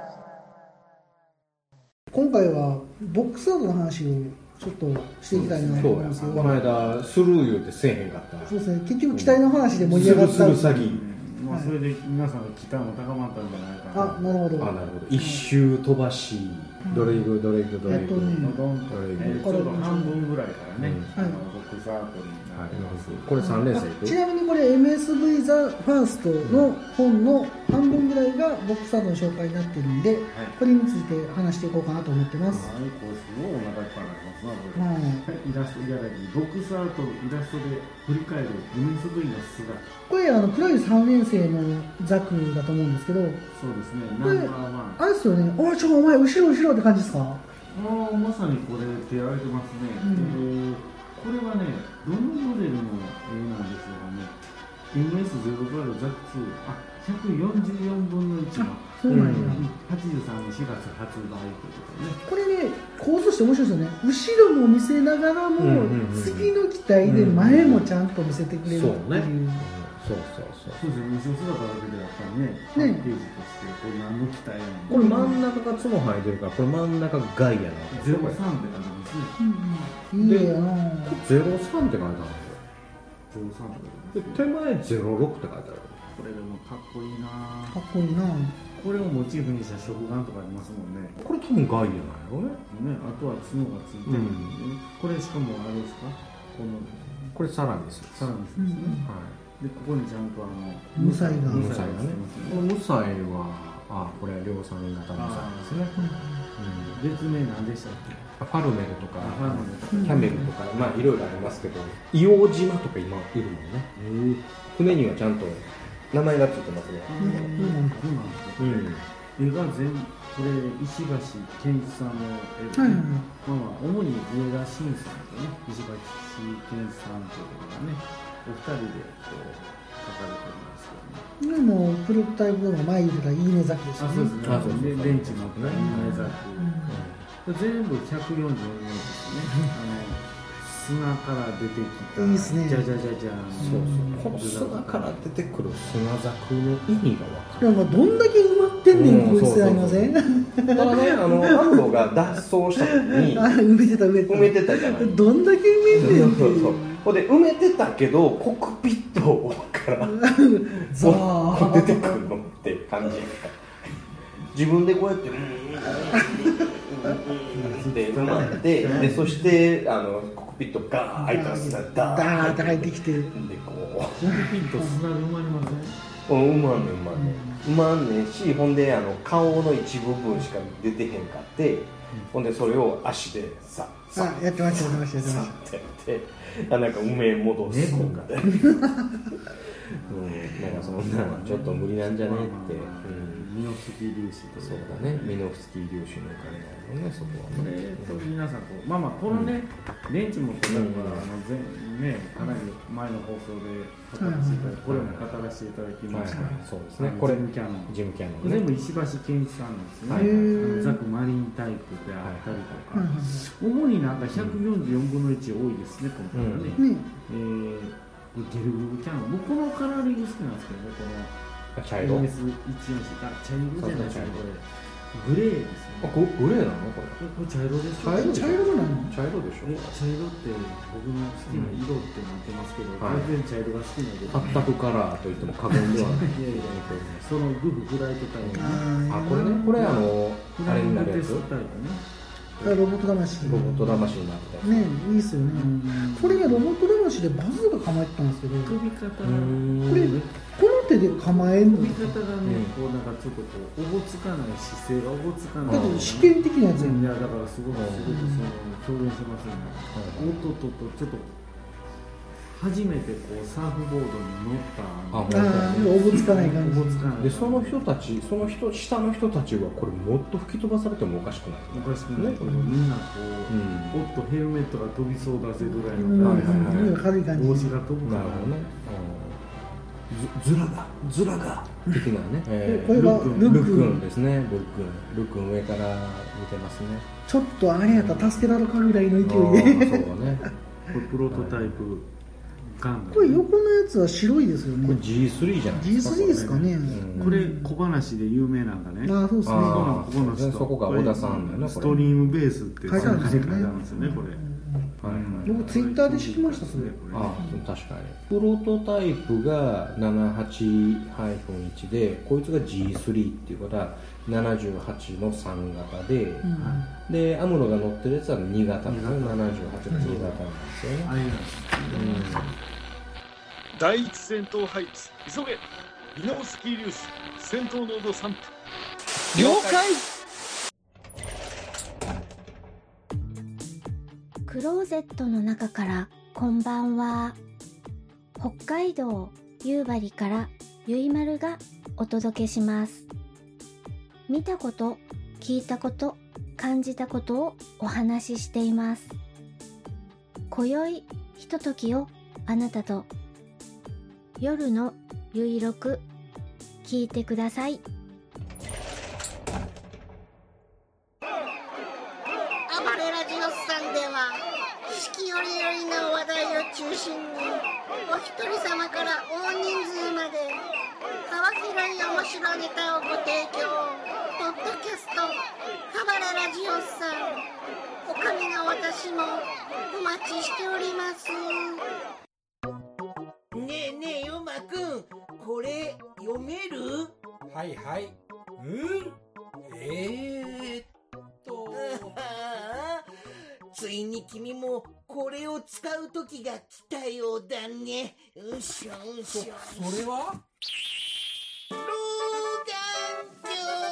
今回は、ボックスアートの話をちょっとしていきたいなと思うんですよ。 この間、スルー言うてせえへんかった。 そうですね。結局、期待の話で盛り上がった。 するする詐欺。 まあ、それで皆さんの期待も高まったんじゃないかな。 あ、なるほど。 あ、なるほど。一周飛ばし、どれいくどれいくどれいく。 どれいく。ちょうど半分ぐらいからね、あのボックスアートになってます。 これさん連生。 ちなみにこれ エムエスブイ ザ・ファーストの本の半分ぐらいがボックスアートの紹介になってるんで、これについて話していこうかなと思ってます。 はい、これすごいお腹いっぱいになりますな、これ。イラストいただき、ボックスアートイラストで振り返る エムエスブイ の姿。 これあの黒いさんねん生のザクだと思うんですけど、 そうですね、ナンバーワン。 あれですよね、おいちょお前後ろ後ろって感じですか？ ああ、まさにこれ手挙げてますね。うん、これはね、ロンモデルの絵なんですがね、エムエスゼロご ザックツー、あ、ひゃくよんじゅうよんぶんのいちのそうなんや、 はちじゅうさんねんしがつ発売ということでね。 これね、構図して面白いですよね。後ろも見せながらも、次の機体で前もちゃんと見せてくれるっていう。 そうね。そうそうそう。 そうですね、後ろ姿だけでやっぱりね、パッケージとしてこれ何の機体やの。 これ真ん中が角生えてるから、これ真ん中ガイアな。 ゼロさんって感じですね。 いいやな。 ゼロさんって書いてあるの。 ゼロさんって書いてある。手前ゼロろくって書いてある。 これでもかっこいいな。 かっこいいな。 これをモチーフにした食玩とかありますもんね。 これ多分ガイアなんやろね。 ね、あとは角がついてるんでね。これしかもあれですか？このこれサラミです。 サラミですね。はい。で、ここにちゃんとあの無彩が無彩がね。この無彩は、あ、これは量産型無彩ですね。 別名何でしたっけ？ ファルメルとか、キャメルとか、まあいろいろありますけど、硫黄島とか今いるもんね。船にはちゃんと名前がついてますね。 うん。絵が全部これ石橋健一さんの絵で、まあまあ主に上田晋さんとね、石橋健一さんというのがね、お二人でこう描かれてるんですけどね。 でもプロトタイプの前に出たいいねザクですよね。 あ、そうですね。あ、そうですね。電池持ったいいねザク。全部ひゃくよんじゅうよんですね。あの砂から出てきた。 いいですね。 じゃじゃじゃじゃん。 そうそう。この砂から出てくる砂ザクの意味がわかる。 でもどんだけ埋まってんねん、こいつありません？ ただね、あのアムロが脱走した時に埋めてた埋めてた埋めてたじゃない。 どんだけ埋めてんねんっていう。 そうそう。ほんで埋めてたけどコックピットからザー出てくるのって感じ。自分でこうやってうんで埋まってでそしてあのコックピットガー開いたら砂ダーって入ってきてでこうコックピット砂で埋まりません？ うん、埋まんねん埋まんねん埋まんねんし、ほんであの顔の一部分しか出てへんかって、うん、ほんでそれを足でささあやってましたやってましたやってましたってやってあなんか埋め戻す猫がうん、なんかそんなちょっと無理なんじゃねって、うんミノフスキー粒子とそうだね、ミノフスキー粒子のお金なのね、そこはね。 えーと皆さんこうまあまあこのね、うん、電池持ってたのが、うん、あの前ねかなり前の放送で語らせていただき、これも語らせていただきました。 はいはい、そうですね。これジムキャノン、 ジムキャノン、 ね、全部石橋健一さんなんですね。はい、ザクマリンタイプであったりとか、はい、主になんかひゃくよんじゅうよんぶんのいち多いですね、今回はね。うん、えーゲルグキャノン、僕このカラーリング好きなんですけどね、この茶色エムエスいちよんシー、あ、茶色じゃないですか、これグレーですね。 あ、グレーなのこれ？ これ茶色です茶色茶色なの？ 茶色でしょ。 茶色って僕の好きな色ってなってますけど、全然茶色が好きな色。 ハッタクカラーと言っても過言ではない。 いやいや、そのグフフライトタイプ。 あ、これね、これあのあれになるやつ。 ロボット魂ロボット魂になってたね、いいっすよね。これね、ロボット魂でバズが構えてたんですけど、 飛び方がこれこの手で構えるの。 飛び方がね、こうなんかちょっとこうおぼつかない姿勢がおぼつかない。 だって試験的なやつやん。 いやだからすごくすごくその表現しますよね。おっとっとっとちょっと初めてこうサーフボードに乗ったああのああ、おぼつかない感じ。 おぼつかないでその人たちその人下の人たちはこれもっと吹き飛ばされてもおかしくないおかしくないけど、みんなこう、 うんおっとヘルメットが飛びそうだぜぐらいうん、 のはいはいはい軽い感じ。 帽子が飛ぶからなるほどね、ずずらがずらが的なね、えーこれはルルッッククンですねルックンルックン上から見てますねちょっとあれやったら助けられるかぐらいの勢いあーで。 そうだねこれプロトタイプガンダムこれ横のやつは白いですよこれね。 ジースリー じゃないですかジースリー ですかね。 うんこれ小話で有名なんだねああ、そうですね。 あここの人そこが小田さんだよねこれストリームベースって書いてあるんですよね書いてあるんですよねこれはいはい僕ツイッターで知りましたそれ。 ああ確かにプロトタイプが ななじゅうはちいち でこいつが ジースリー っていうことはななじゅうはちのさん型で、 うんでアムロが乗ってるやつはに型なんですねななじゅうはちのに型なんですよね、 ああいうの第一戦闘配置急げミノフスキー粒子戦闘濃度さんぷん了解。 クローゼットの中からこんばんは。北海道夕張からゆいまるがお届けします。見たこと、聞いたこと、感じたことをお話ししています。今宵ひとときをあなたと。夜のゆいろく聞いてください。 暴れラジオスさんでは四季折々の話題を中心にお一人様から大人数まで幅広い面白いネタをご提供ポッドキャスト暴れラジオスさんおかみの私もお待ちしております。 ねえねえヨマくんこれ読める？ はいはいうんえー、っとついに君もこれを使う時が来たようだね。うしょうそしょそれは老眼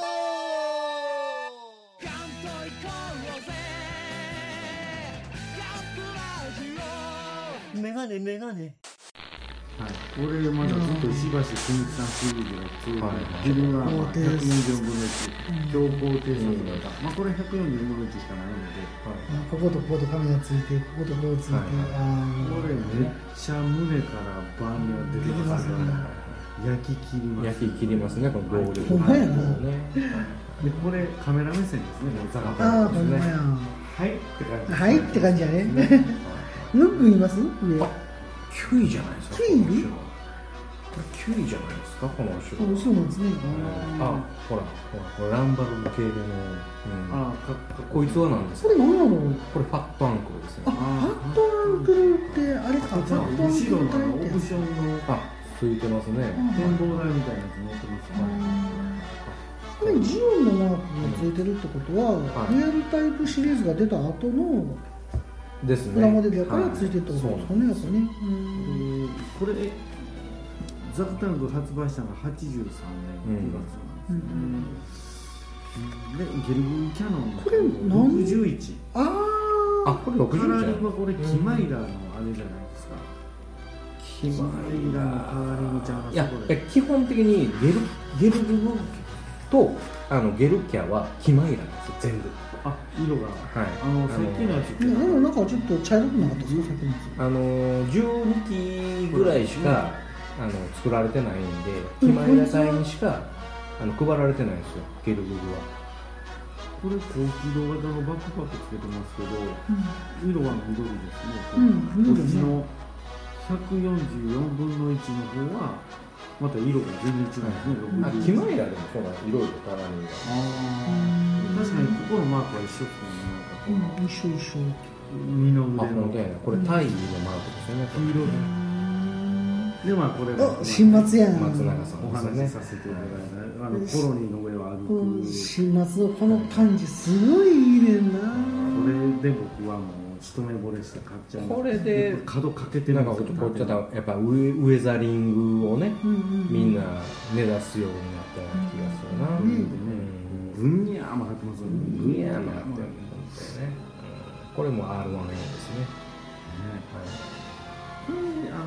鏡メガネメガネはい、これまだずっと石橋健一さんシリーズが続いて、 はい自分はまあ高低差ひゃくよんじゅうよんぶんのいち、標高低差型、まあこれひゃくよんじゅうよんぶんのいちしかないので、 あこことこことカメラついて、こことこうついて、 はいあこれめっちゃ胸からバーニャ出てきますよね。焼き切ります。 焼き切りますねこの動力ほんまやなねでこれカメラ目線ですね。ザラーあー、ほんまや。 はいって感じ。 はいって感じやね。ヌックいます上。 あきゅういじゃないですかきゅういこの後ろこれきゅういじゃないですかこの後ろあ、そうなんですね。 あほらほらこれランバル系での、うん、 あーかかこいつは何ですそかれ何やろう。 これファットアンクルですねあ、ファットアンクルって、あれか、ファットアンクル後ろのあのオってやつ。 プションのあついてますね展望台みたいなやつ乗ってますね。 これジオンのマークがついてるってことは、 はいリアルタイプシリーズが出た後のですねプラモデルやからついてるってはいことですかね、やっぱね。うんでこれザクタンク発売したのがはちじゅうさんねんくがつなんですよね、でゲルグキャノンこれ何ろくじゅういちあーあこれろくじゅうじゃないカラーリングはこれキマイラのあれじゃないですか、 キマイキマイラのカラーリングちゃんがいやそこで基本的にゲルゲルブブとあのゲルキャはキマイラですよ全部あ色がはいあのさっきのやつっていやでもなんかちょっと茶色くなかったですか、さっきのやつ。 あのじゅうにきぐらいしか、あの作られてないんでキマイラ隊にしかあの配られてないんですよゲルブブはこれ高機動型のバックパックつけてますけど、色は緑ですね、 うん緑ねこっちのひゃくよんじゅうよんぶんのいちの方はまた色が全然違うんですね、 あキマイラでもそうなんいろいろカラーリングがあー確かにここのマークは一緒ですね、なんかこうん、一緒一緒。 う二の腕あ本の当やねこれタイのマークですよねこれ黄色で、でまあこれはあ、新松やん。 松永さんお話しさせていただいた、あのコロニーの上を歩く、 うん新松のこの感じ、すごいいいねんな。 これで僕はもう一目惚れして買っちゃう。 これで角かけてるなんかこうちょっとやっぱウェウェザリングをねうんうんみんな目指すようになったような気がするな、 うんでね、ブンニャーも入ってますよね。 ブニャーもあって本当にね、うんこれも アールワンエー ですね、 これあ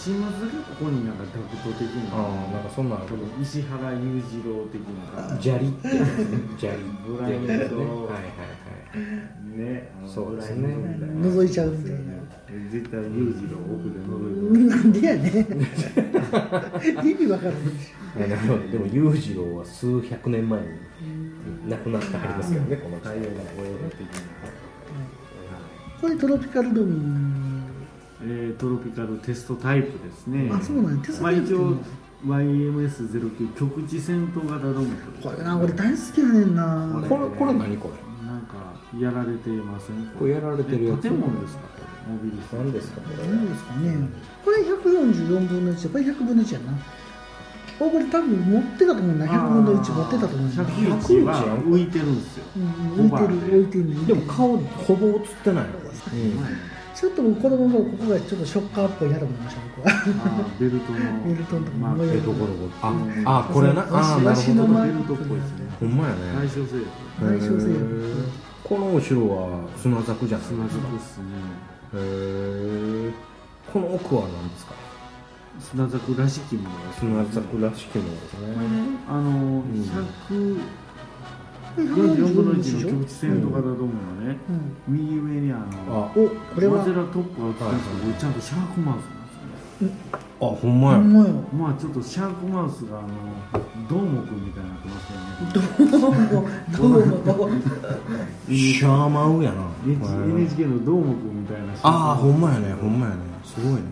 しますがここになんかダクト的な、 ああなんかそんなんある石原裕次郎的な砂利ってやつね砂利ブラインド、 はいはいはいね、あのそうですね覗いちゃうみたいな。 絶対裕次郎奥で覗いてなんでやねん。意味わからない。 なるほど。でも裕次郎は数百年前に亡くなってはりますよね、この太陽の声的な、 これトロピカルドミン。 えー、トロピカルテストタイプですね。 あ、そうなんや。テストまあ、 タイプ一応 ワイエムエスゼロきゅう 局地戦闘型ロボット。 これな、俺大好きやねんな。 これこれ何これ？ なんかやられてません？ これやられてるやつ。 建物ですか？モビリス。 何ですかこれ？ 何ですかね。これひゃくよんじゅうよんぶんのいちで、これひゃくぶんのいちやな。これ多分持ってたと思うな。ひゃくぶんのいち持ってたと思うな。 ひゃくいちは浮いてるんですよ。 うん、浮いてる、浮いてる。 でも顔ほぼ映ってないのこれ。 ちょっともう子供の頃ここがちょっとショッカーっぽいなと思いました僕は。 あベルトのベルトのとこまあもえどこどこああこれなあなるほどベルトっぽいですね。 ほんまやね。 対称性対称性。 この後ろは砂ザクじゃない砂ずくっすね。 へえ。この奥は何ですか？ 砂ザクらしきものが砂ザクらしきものですね。 あのひゃくよんじゅうよんぶんのいちの局地戦闘型ドームのね、右上にあのお、これはマゼラトップが映ってるんですけど、これちゃんとシャークマウスなんですよね。 あほんまや。 ほんまや。 まあちょっとシャークマウスがあのどーもくんみたいになってますよね。 どうもどうも。 シャーマウやな。 エヌエイチケー のどーもくんみたいな。 ああほんまやねほんまやねすごいね。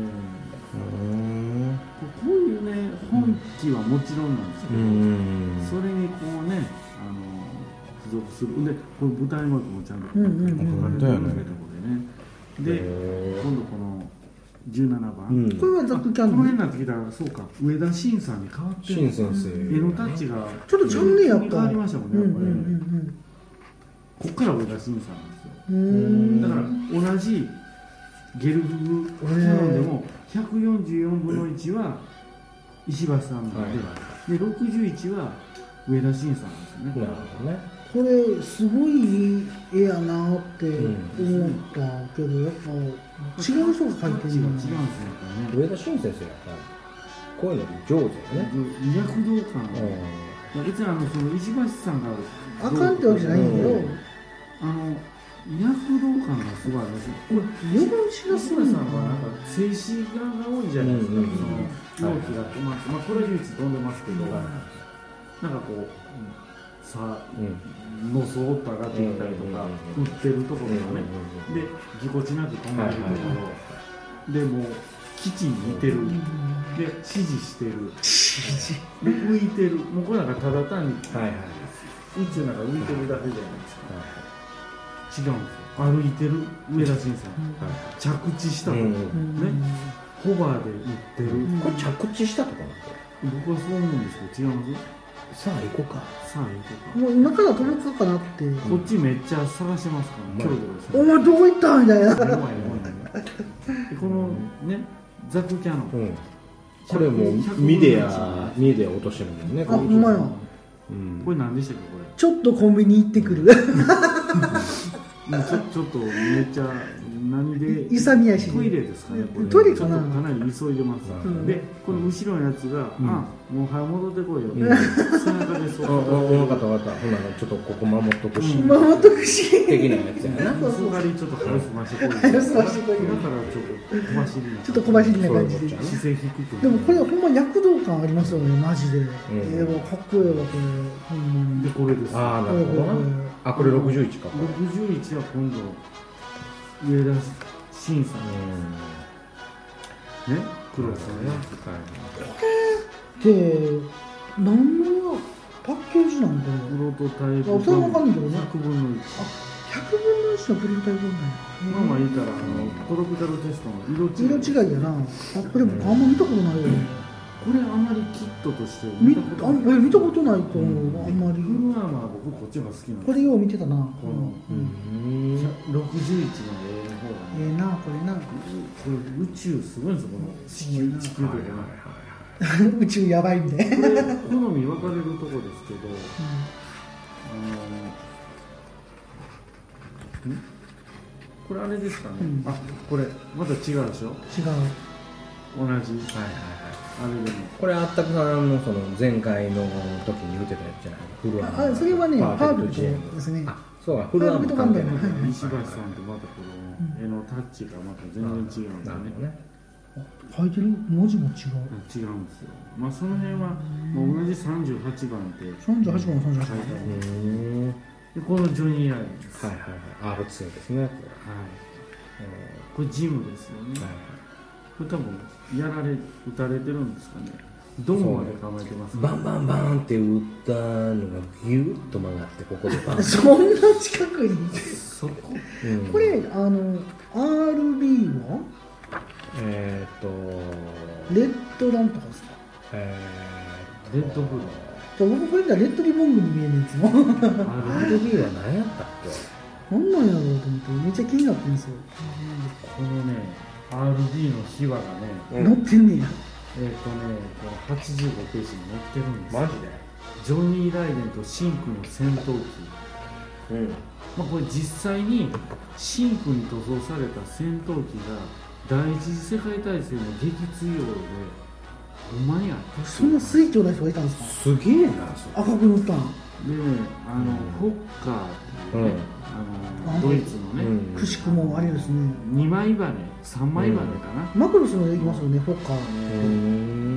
うんこういうね本機はもちろんなんですけど、それにこうねあの付属するでこれ舞台幕もちゃんと書かれてるんでね。で今度このじゅうななばん、 これはザックキャンこの辺になってきたらそうか上田晋さんに変わってる。 晋先生絵のタッチがちょっとちゃんねやっぱ。 変わりましたもんねやっぱりね。こっから上田晋さんなんですよ。だから同じゲルフグキャノンでもひゃくよんじゅうよんぶんのいちは石橋さんなんで、でろくじゅういちは上田晋さんですよね。 なるほどね。 これすごいいい絵やなって思ったけど、やっぱ違う人が描いてるんだ違うんですよね。 上田晋先生やったらこういうの上手やね。 躍動感が別にあのその石橋さんがあかんってわけじゃないんだけど、 あの躍動感がすごいあります。 これ日本史がすごいさんはなんか静止画が多いじゃないですか。その容器がまあまあこれ唯一飛んでますけど、なんかこうさのそっと上がってきたりとか打ってるところがね、でぎこちなく飛んでるところでもう基地にいてる、で指示してる、で浮いてる、もうこれなんかただ単に宇宙なんか浮いてるだけじゃないですか。違うんですよ。歩いてる上田晋さん、着地したところね、ホバーで打ってる。 これ着地したとかな僕はそう思うんですけど違います？ さあ行こうか。 さあ行こうか。 もう今から飛ぶかかなって。 こっちめっちゃ探してますから、キョロキョロして。 お前どこ行ったみたいな。 このね、ザクキャノン。 これもうミデアミデア落としてるもんね。 あ、ほんまや。 これ何でしたっけこれ？ ちょっとコンビニ行ってくる。 ちょちょっとめっちゃ何で勇み足トイレですかね。 トイレかな。 かなり急いでます。でこの後ろのやつが、あもう早戻ってこいよ。背中でそう。 あ、分かった分かった。ほんならちょっとここ守っとくし。 守っとくし。 的なやつやな。 そこがりちょっと早くましてこい。 早くましてこい。 だからちょっと小走りな。 ちょっと小走りな感じで。 姿勢低く。 でもこれほんま躍動感ありますよねマジで。ええわかっこいいわこれ。ほんまに。 でこれです。 ああなるほどな。あこれろくじゅういちか。 ろくじゅういちは今度上田晋さんね、黒田さんね。 これって何のパッケージなんだろう。 プロトタイプ。 あ、それはわかんないけどね。 ひゃくぶんのいち。 あ、ひゃくぶんのいちのプロトタイプなんだ。 まあまあいいからあのトロピカルテストの色違い。 色違いやな。あ、これ僕あんま見たことないよ。 これあんまりキットとして見たことない。見たことないと思う。あんまり。 フルアーマー僕こっちが好きなんです。 これよう見てたな。 このろくじゅういちの絵の方がええなこれな。 これ宇宙すごいんですよこの地球地球とかな。宇宙やばいんで。 これ好み分かれるとこですけど、あのこれあれですかね。あこれまた違うでしょ。 違う。 同じ、はいはいはい、あれでもこれあったくさんのその前回の時に言ってたやつじゃない、フルアーあ、それはね、パーフェクトですね。 あ、そうか、フルアーム関係ない。 石橋さんとまたこの絵のタッチがまた全然違うんだね。 書いてる文字も違う。 違うんですよ。まあその辺はもう同じさんじゅうはちばんでさんじゅうはちばんはさんじゅうはちばんで、このジョニー・ラインです。 はいはいはい、アールツー ですね。はい、 これジムですよね。これ多分やられ打たれてるんですかね。ドンまで構えてます、ね、 バンバンバンって打ったのがギュッと曲がってここでバンそんな近くにそこ、 うん、これあの アールビー はえっ、ー、とレッドなんとかですか、 えー、レッドブル僕これじゃレッドリボングに見えるんですもアールビー は何やったっけ、 何なんやろうと思ってめっちゃ気になってるんですよ。 このね アールビー の秘話がね、 載ってんねや。 えっ、ー、とね、はちじゅうごページに載ってるんですよ。 マジでジョニー・ライデンとシンクの戦闘機、うんまあ、これ実際にシンクに塗装された戦闘機が第一次世界大戦の撃墜用でほんまにあった。 そんな水郷な人がいたんですか。 すげえな。 赤く塗ったんでね、あの、うん、フォッカーっていうね、うん、あのドイツのね、 うん、くしくもあれですね、 にまい羽さんまい羽かな、 うん、マクロスのいますよね、フォッカー、 うん、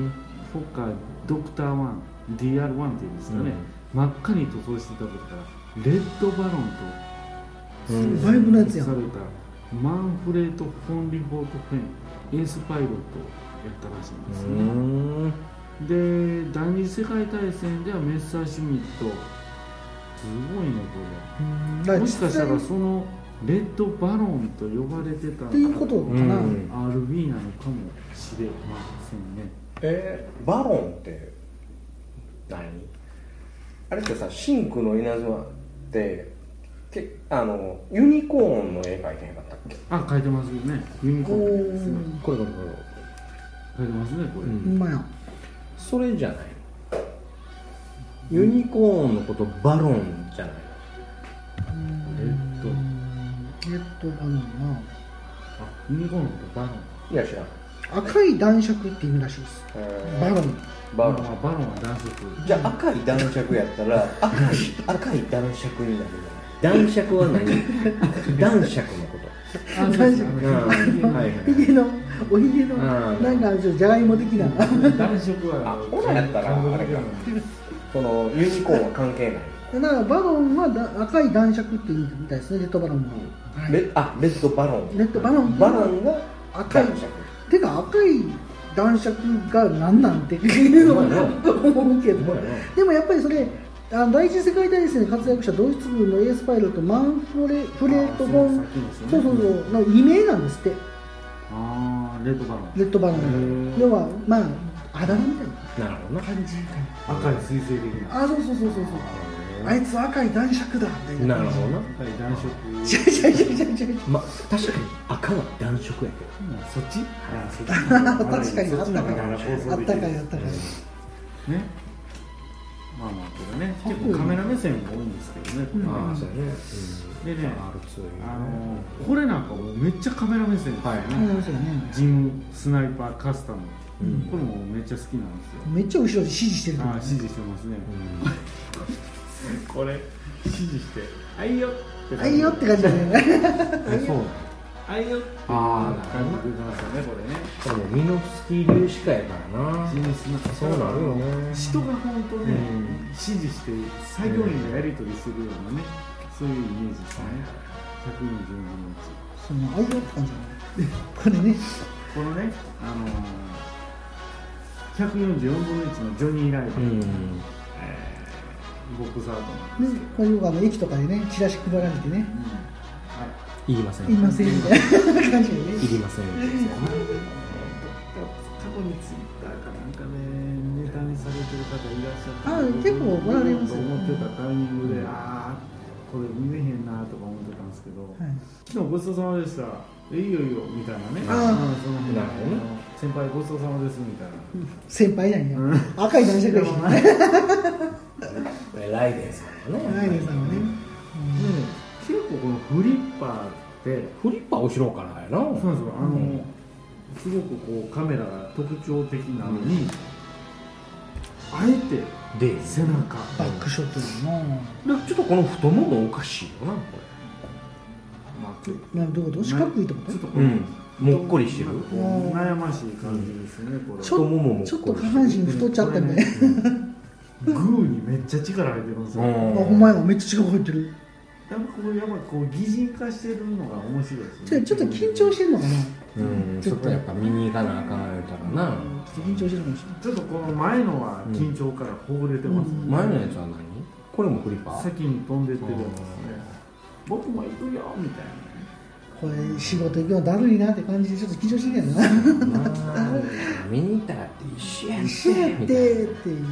フォッカードクターワン ディーアールワン っていうんですかね、うん、真っ赤に塗装してたことからレッドバロンと、 うん、バイブのやつやんされたマンフレート・フォン・リホート・フェンエースパイロットやったらしいんですね。うんで第二次世界大戦ではメッサーシュミット、すごいねこれ、もしかしたらそのレッドバロンと呼ばれてたっていうことかな、 アールビー なのかもしれませんね。 えー、バロンって何あれってさ、シンクの稲妻ってけあのユニコーンの絵描いてへんかったっけ。 あ、描いてますね、ユニコーンですね。 これこれこれ描いてますねこれ、 うん、まやそれじゃないの、ユニコーンのことバロンじゃないの。 レッドレッドバロンなあ、 ユニコーンのことバロン、 いや知らん。 赤い男爵って意味らしいです。バロンバロン、 バロンは男爵。 じゃあ赤い男爵やったら赤い赤い男爵になるじゃない。男爵は何男爵のこと。 あ、男爵、ひげのおひげのなんかじゃがいも的な男爵はあ、オラやったらあれか、そのユニコーンは関係ない。 だからバロンはだ赤い男爵って言うみたいですね、レッドバロンは、 うん、レあレッドバロンレッドバロンバロンが赤いてか赤い男爵が何なんていうのは思うけど、でもやっぱりそれあの第一次世界大戦で活躍したドイツ軍のエースパイロットマンフレフレート・ボン、そうそうそうの異名なんですって。 ああ、レッドバロン。 レッドバロン。要はまああだ名みたいな。 なるほどな。 感じ。 赤い水星的な。 あ、そうそうそうそうそう。あいつ赤い男爵だみたいな。 なるほどな。 赤い男爵。 違う違う違う違う違う。 まあ確かに赤は男爵やけど。 そっち？ あ、そっち。確かにあったかい。あったかいあったかい。 ね。まあまあこれね、結構カメラ目線が多いんですけどね。 ああ、そうやね。 でね、あのこれなんかもうめっちゃカメラ目線ですよね。ジムスナイパーカスタム。これもめっちゃ好きなんですよ。 めっちゃ後ろで指示してる。 ああ、指示してますね。これ指示して、あいよってあいよって感じだね。 そう。あいよって感じで出ますよね、これね。 これもミノフスキー粒子化やからな。そうなるよね。 人が本当ね、指示して作業員がやり取りするようなね、そういうイメージですね。ひゃくよんじゅうよんぶんのいち。 そのあいよって感じだね。これね、 このね、あのひゃくよんじゅうよんぶんのいちのジョニー・ライバー、ボックスアウトなんですけど、 こういうあの駅とかでね、チラシ配られてね、 いりません。 いりませんみたいな感じでね。 いりません。 過去にツイッターかなんかね、ネタにされてる方いらっしゃって、 あ、結構おられますよ。 思ってたタイミングで、ああ、これ見れへんなとか思ってたんですけど、でもごちそうさまでした。いいよいいよみたいなね。 ああ、 その辺先輩ごちそうさまですみたいな。 先輩なんや。赤い男爵だしね。 ライデンさんもね。 ライデンさんもね。 結構このフリッパーってフリッパー後ろからやな。 そうなんですよ。あのすごくこうカメラが特徴的なのに、あえてで背中バックショットやな。 ちょっとこの太ももおかしいよなこなんどういうこと？四角いってこと？ ちょっとこれ。うの、 ん。もっこりしてる。 こう悩ましい感じですね、これちょ太もももちょっと下半身太っちゃってんね。 グーにめっちゃ力入ってるんですよ。 あ、 うんほんまや、めっちゃ力入ってる。 やっぱこうやっぱこう擬人化してるのが面白いですね。 ちょちょっと緊張してんのかな。 うん。 ちょっとそこやっぱ見に行かなあかんやったらな。 ちょっと緊張してるかもしれない。 ちょっとこの前のは緊張からほぐれてますね。 うん前のやつは何？これもフリッパー？ 先に飛んでってるやつですね。僕も行くよみたいこれ仕事行くのだるいなって感じでちょっと緊張してんやな。 見に行ったらって一緒やん一緒やってっていう。 な。そんなの書いたも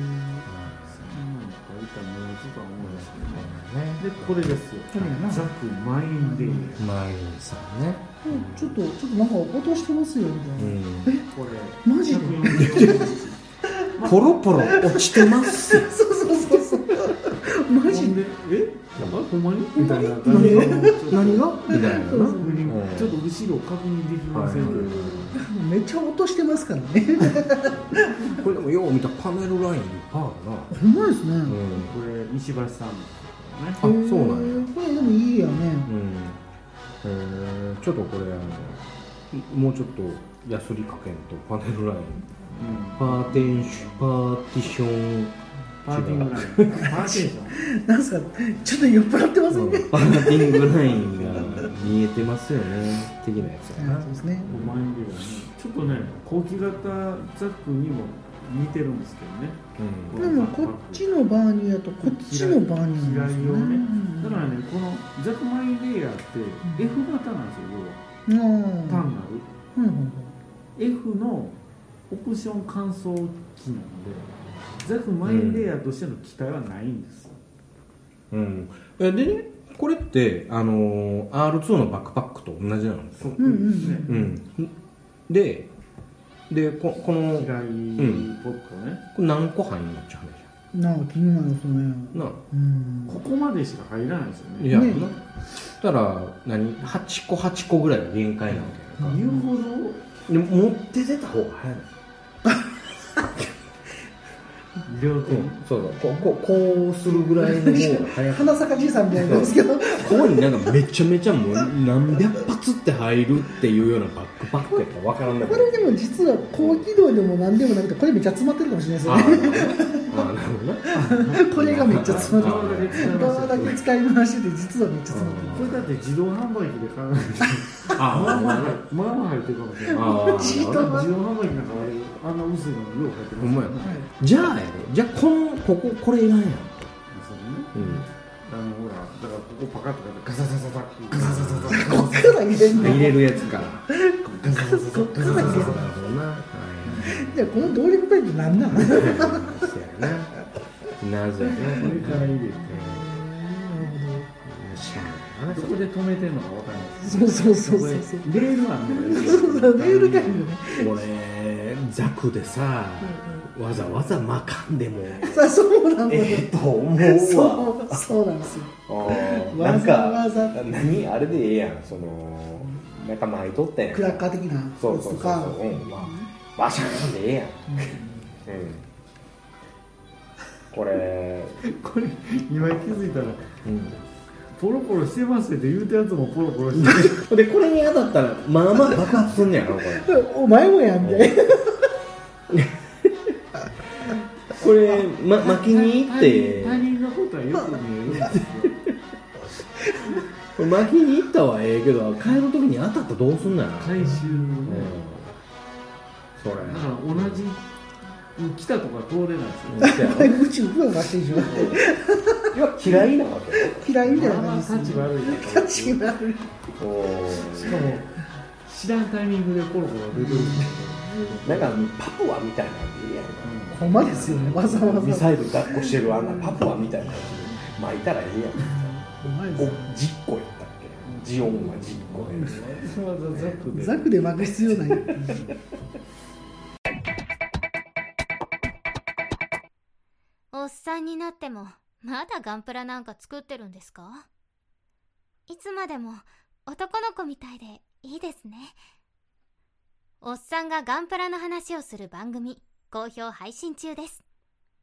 のちょっと思うんですけどね。でこれですよ。 これやなザクマインデー。 マインさんね。 うんちょっとちょっとなんか落としてますよみたいな。 うん。 これマジでひゃくよんじゅうよんポロポロ落ちてますよ。 そうそうそうそう。マジで。 ほんでえあほんまにみたいな感じ何の何が？みたいなな。 そうそうちょっと後ろ確認できませんけど、 めっちゃ落としてますからね。 これでもよう見たパネルラインいっぱいあるな。 ほんまですね。 うん。 これ石橋さんですね。 あ、そうなんや。 へーこれでもいいよね。 うん。えー、ちょっとこれあのもうちょっとヤスリかけんとパネルライン。パーテンシパーティション。 パーティングライン。パーテンション。 なんすか、ちょっと酔っ払ってませんね。 パーティングラインが見えてますよね。的なやつやな。 そうですね。 マインデーはね、ちょっとね、後期型ザックにも似てるんですけどね。 でもこっちのバーニーやとこっちのバーニーなんですよ嫌いをねね。 だからね、このザックマインデーヤって エフ 型なんですよ、要は。 うん。 単なる。 うんうん F のオプション乾燥機なので、ザクマインレイヤーとしての機体はないんですよ。 うん。えでね、これってあのー、アールツー のバックパックと同じなんですよ。 そうですね。 うん。で、でここの機外ポットね、 これ何個入んのっちゃう話なんか気になるんですよね。 なあ。 うん。 ここまでしか入らないですよね。 いや、 ねなたら何はちこはちこぐらいが限界なわけやんか。 言うほどで持って出た方が早いの。 両手にそうそうこうこうこうするぐらいの方が早く花咲かじいさんみたいなんですけど、 ここになんかめちゃめちゃもう何百発って入るっていうようなバックパックやったら分からんないこれでも実は高機動でも何でもなくて、これめっちゃ詰まってるかもしれないあですよね。 ーあーなるほどなこれがめっちゃ詰まってる。 る側だけ使い回してて、実はめっちゃ詰まってる。 これだって自動販売機で買うあまあまああまあまあ入ってるかもしれない。 あー自動なるほど自動販売機なんかあれあんな薄いのよう入ってほんまやますよね。 じゃあやろじゃあこのこここれいらんやんそうね。 うんあのほらだからここパカッとガサガサガサガサガサガサこっから入れんの。 入れるやつからガサガサこっから入れんの。 なるほどなはいじゃあこの動力パイプなんなん？ はいそうやななぜやなこれから入れて知らないなどこで止めてんのかわからないです。 そうそうそうこれそうそう。 レールあんのよ。 そうそうレールがいるよね。 俺ザクでさわざわざ巻かんでもさあそうなんだよ。 ええと思うわそうそうなんですよ。 なんかわざわざ何あれでええやんそのなんか巻いとったやんクラッカー的なやそうそうそうつとか。 そううんまあバシャーンでええやんうんこれこれ今気づいたらうんポロポロしてますって言うたやつもポロポロしてる。 でこれに当たったらまあまあ爆発すんねやろこれお前もやんみたいな。 これ、ま、巻きに行って他人のことはよく見えるんですよ。 これ巻きに行ったはええけど帰る時に当たったらどうすんのやろ回収のね。 それだから同じ来たとか通れないですよ。 宇宙ふわふわしてるじゃん。 いや嫌いなわけ嫌いみたいなまあまあ感じタッチ悪いタッチが悪い。 しかも知らんタイミングでポロポロ出てるんですなんかパプアみたいなんでいいやんかほんまですよね。わざわざ。 ミサイル抱っこしてるあんなパプアみたいなやつ巻いたらええやんほんまですおよじっこやったっけジオンはじっこでけど。わざわざザックで。 ザクで巻く必要ない。 おっさんになってもまだガンプラなんか作ってるんですか？いつまでも男の子みたいでいいですね。 おっさんがガンプラの話をする番組、好評配信中です。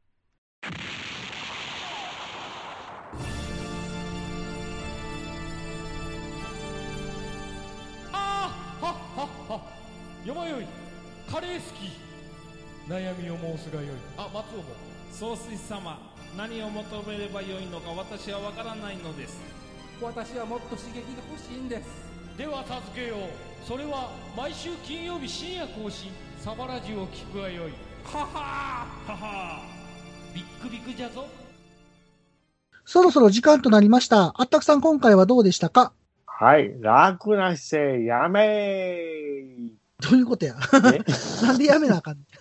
あーはっはっは、よまよいカレー好き、悩みを申すがよい。あ、松尾も。 総帥様、何を求めればよいのか私はわからないのです。 私はもっと刺激が欲しいんです。では助けよう。それは毎週金曜日深夜更新、サバラジュを聞くがよい。ははーははー、ビックビックじゃぞ。 そろそろ時間となりました。あったくさん、今回はどうでしたか？ はい、楽な姿勢やめー。 どういうことやなんでやめなあかんね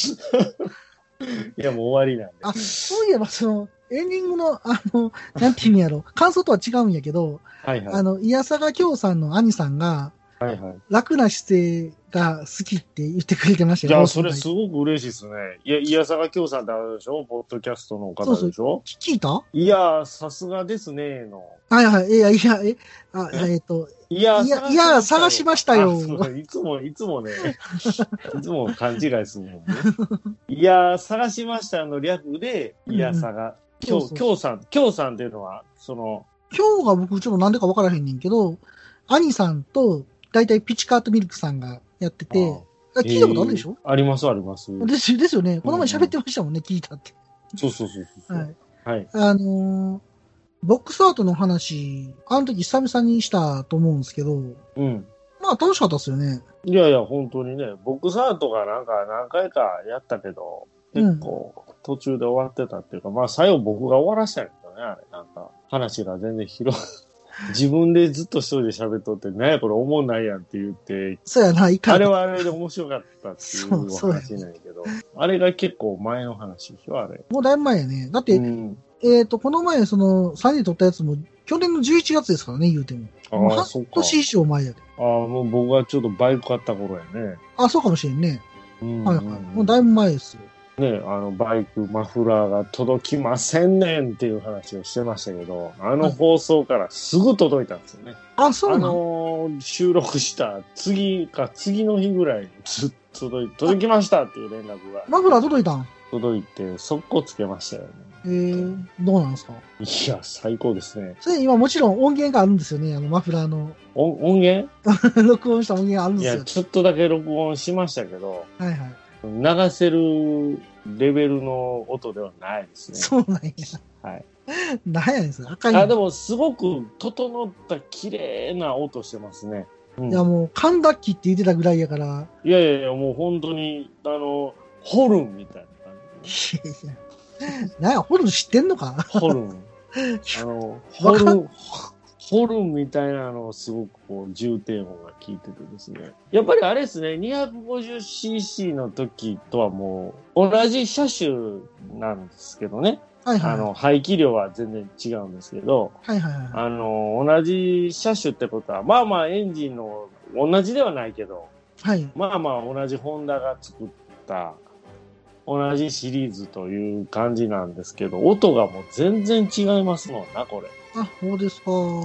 いや、もう終わりなんで。 あ、そういえば、その、エンディングの、あの、なんていうんやろ、感想とは違うんやけど、 はいはい。 あの、いやさがきょうさんの兄さんが、 はいはい。 楽な姿勢が好きって言ってくれてましたよ。 いや、それすごく嬉しいですね。いや、いやさがきょうさんってあるでしょ、ポッドキャストの方でしょ。そうそう、 聞いた？ いや、さすがですねの。 はいはい、いや、いや、え、あ、えっと、 いや、 いや、いや、探しましたよ。 いつも、いつもね、いつも勘違いするもんね。いや、探しましたの略で、いやさが、きょう、きょうさん、きょうさんっていうのは、その、 今日が僕ちょっとなんでかわからへんねんけど、兄さんと、だいたいピチカートミルクさんがやってて、あ聞いたことあるでしょ？ あります、あります。 ですですよね。この前喋ってましたもんね、聞いたって。 そうそうそうそう。 はい。 はい。 あのー、ボックスアートの話、あの時久々にしたと思うんですけど、 うん。 まあ楽しかったですよね。 いやいや、本当にね、ボックスアートがなんか何回かやったけど、結構途中で終わってたっていうか、うん、まあ最後僕が終わらせたんやけどね、あれ。なんか話が全然広い。自分でずっと一人で喋っとって、ね、これ思んないやんって言って、 そうやな、いかん。 あれはあれで面白かったっていうお話なんやけど、あれが結構前の話でしょ、あれ。 もうだいぶ前やね。だって、うん、えっと、この前、その、さんにんで撮ったやつも、去年のじゅういちがつですからね、言うても。ああ、そうか。半年以上前やで。 ああ、もう僕はちょっとバイク買った頃やね。 あ、そうかもしれんね。 うん、 はいはい。もうだいぶ前ですよ。 ね、あの、バイク、マフラーが届きませんねんっていう話をしてましたけど、あの放送からすぐ届いたんですよね。 あ、そうなの？ あのー、収録した次か次の日ぐらいにずっと届い届きましたっていう連絡が。 マフラー届いたん？ 届いて、速攻つけましたよね。 えー、どうなんですか？ いや、最高ですね。 それ今もちろん音源があるんですよね、あのマフラーの。 音音源録音した音源があるんですよ。 いや、ちょっとだけ録音しましたけど、 はいはい。 流せるレベルの音ではないですね。 そうなんや。 はい。 なんやねん、それ。赤い。 あ、でも、すごく整った綺麗な音してますね。 うん、いや、もう、管楽器って言ってたぐらいやから。 いやいやいや、もう本当に、あの、ホルンみたいな感じ。 いやいや。なんや、ホルン知ってんのか？ ホルン。あの、ホルン。ホルンみたいなのをすごくこう重低音が効いててですね。やっぱりあれですね、にひゃくごじゅっシーシー の時とはもう同じ車種なんですけどね。 はいはい。 あの、排気量は全然違うんですけど。 はいはいはい。 あの、同じ車種ってことは、まあまあエンジンの同じではないけど。 はい。 まあまあ同じホンダが作った同じシリーズという感じなんですけど、音がもう全然違いますもんな、これ。 あ、そうですか。 うん。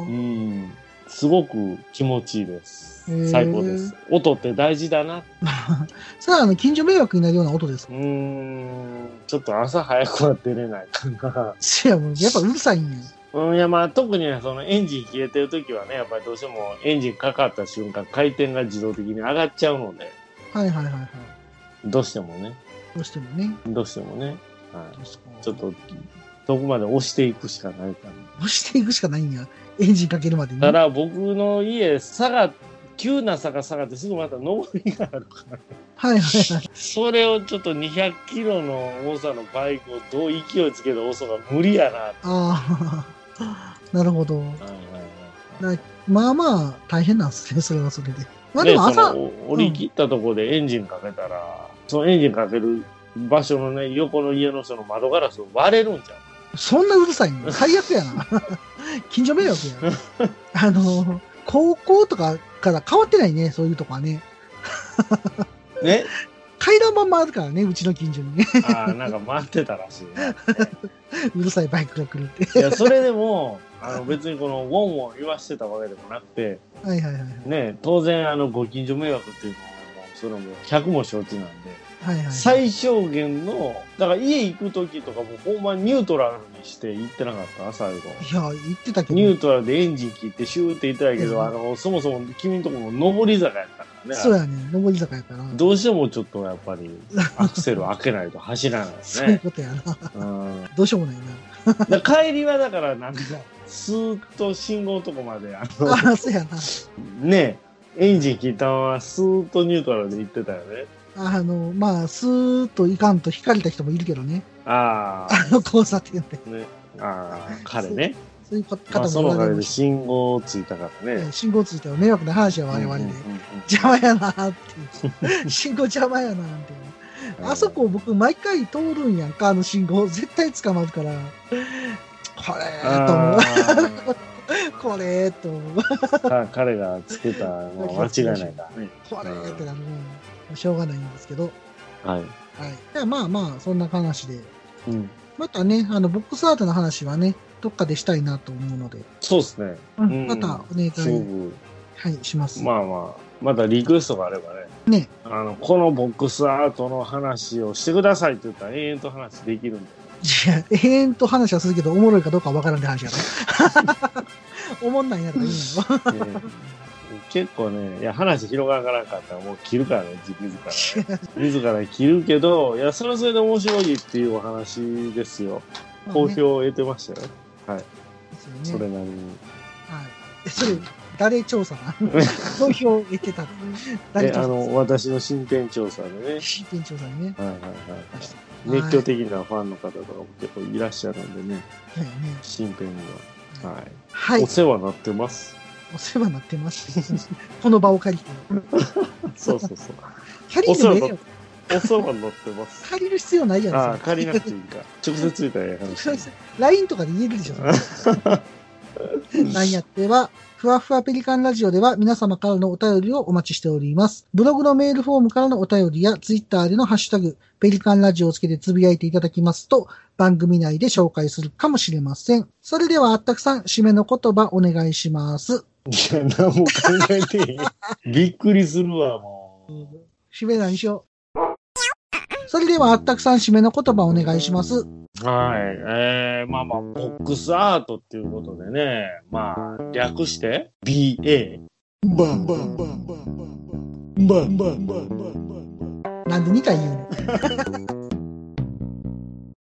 すごく気持ちいいです。最高です。音って大事だな。 それはあの、近所迷惑になるような音ですか？ うーん。ちょっと朝早くは出れないかな。 いや、もうやっぱうるさいんや。 うん、いや、まあ特にそのエンジン冷えてる時はね、やっぱりどうしてもエンジンかかった瞬間、回転が自動的に上がっちゃうので。 はいはいはいはい。 どうしてもね。 どうしてもね。 どうしてもね。はい。ちょっと、どこまで押していくしかないかな。 押していくしかないんや。エンジンかけるまでに。 ただ僕の家、坂、急な坂下がってすぐまた上りがあるから。 はいはいはい。 それをちょっとにひゃくキロの重さのバイクをどう勢いつけて押すのが無理やな。 ああ、なるほど。はいはいはい。まあまあ大変なんですね、それはそれで。まあでも朝。 降り切ったところでエンジンかけたら、うん、そのエンジンかける場所のね、横の家の人の窓ガラスを割れるんじゃん。 そんなうるさいの？最悪やな。近所迷惑や。あの、高校とかから変わってないね、そういうとこはね。 ね階段板もあるからね、うちの近所にね。 ああ、なんか待ってたらしいな、ね。 うるさいバイクが来るって。 いや、それでも、あの別にこのウォンを言わしてたわけでもなくて、 はいはいはい。 ね、当然あのご近所迷惑っていうのをそれも百も承知なんで、 はいはいはい、 最小限の、だから家行くときとかもほんまにニュートラルにして行ってなかった最後。 いや、行ってたけど。 ニュートラルでエンジン切ってシューって行ってたけど、あの、そもそも君のところも上り坂やったからね。 そうやね、上り坂やから。 どうしてもちょっとやっぱり、アクセル開けないと走らないね。 そういうことやな。うん、どうしようもないな。だ帰りはだからなんか、スーッと信号のとこまで、あの、 あ、そうやな。 ね、エンジン切ったままスーッとニュートラルで行ってたよね。 あの、まあ、スーッといかんと引かれた人もいるけどね。 ああ。 あの交差点で。 ね。ああ、彼ね。 そういう方もまあ、そのおかげで信号ついたからね。 信号ついたら迷惑な話は我々で。うんうんうんうん、邪魔やなーって。信号邪魔やなーって。あそこ僕毎回通るんやんか、あの信号。絶対捕まるから。これーと思う。これーと思う。 彼がつけたのは間違いないからね。 これーってなる。しょうがないんですけど。 はい。はい。 じゃあまあまあ、そんな話で。 うん。 またね、あの、ボックスアートの話はね、どっかでしたいなと思うので。 そうですね。 うん。またお願い、はい、します。 まあまあ、またリクエストがあればね。 ね。 あの、このボックスアートの話をしてくださいって言ったら永遠と話できるんで。 いや、永遠と話はするけど、おもろいかどうかわからんって話やな。おもんないんやったらいいの、 えー結構ね、いや、話広がらなかったらもう切るからね、自ら、ね。自ら切るけど、いや、それはそれで面白いっていうお話ですよ。好評を得てましたよ。はい。それなりに。はい。 それ、誰調査な好評を得てたのえ、あの、私の身辺調査でね。 身辺調査でね。 はいはいはい。熱狂的なファンの方とかも結構いらっしゃるんでね。はいね。身辺には。はい。はい。お世話になってます。 お世話になってます。この場を借りて。 そうそうそう。 借りてもええよ。 お世話になってます。 借りる必要ないじゃないですか。ああ、借りなくていいか。直接ついたらええ話。 ライン とかで言えるでしょ。ライン やっては、ふわふわペリカンラジオでは皆様からのお便りをお待ちしております。ブログのメールフォームからのお便りやツイッターでのハッシュタグ、ペリカンラジオをつけてつぶやいていただきますと、番組内で紹介するかもしれません。それではあったくさん、締めの言葉お願いします。 いや、何も考えていい。びっくりするわ、もう。 締め何しよう。それではあったくさん、締めの言葉お願いします。 はい。えー、まあまあ、ボックスアートっていうことでね、まあ、略して、ビーエー。バンバンバンバンバンバンバンバンバンバンバン。 なんでにかい言うの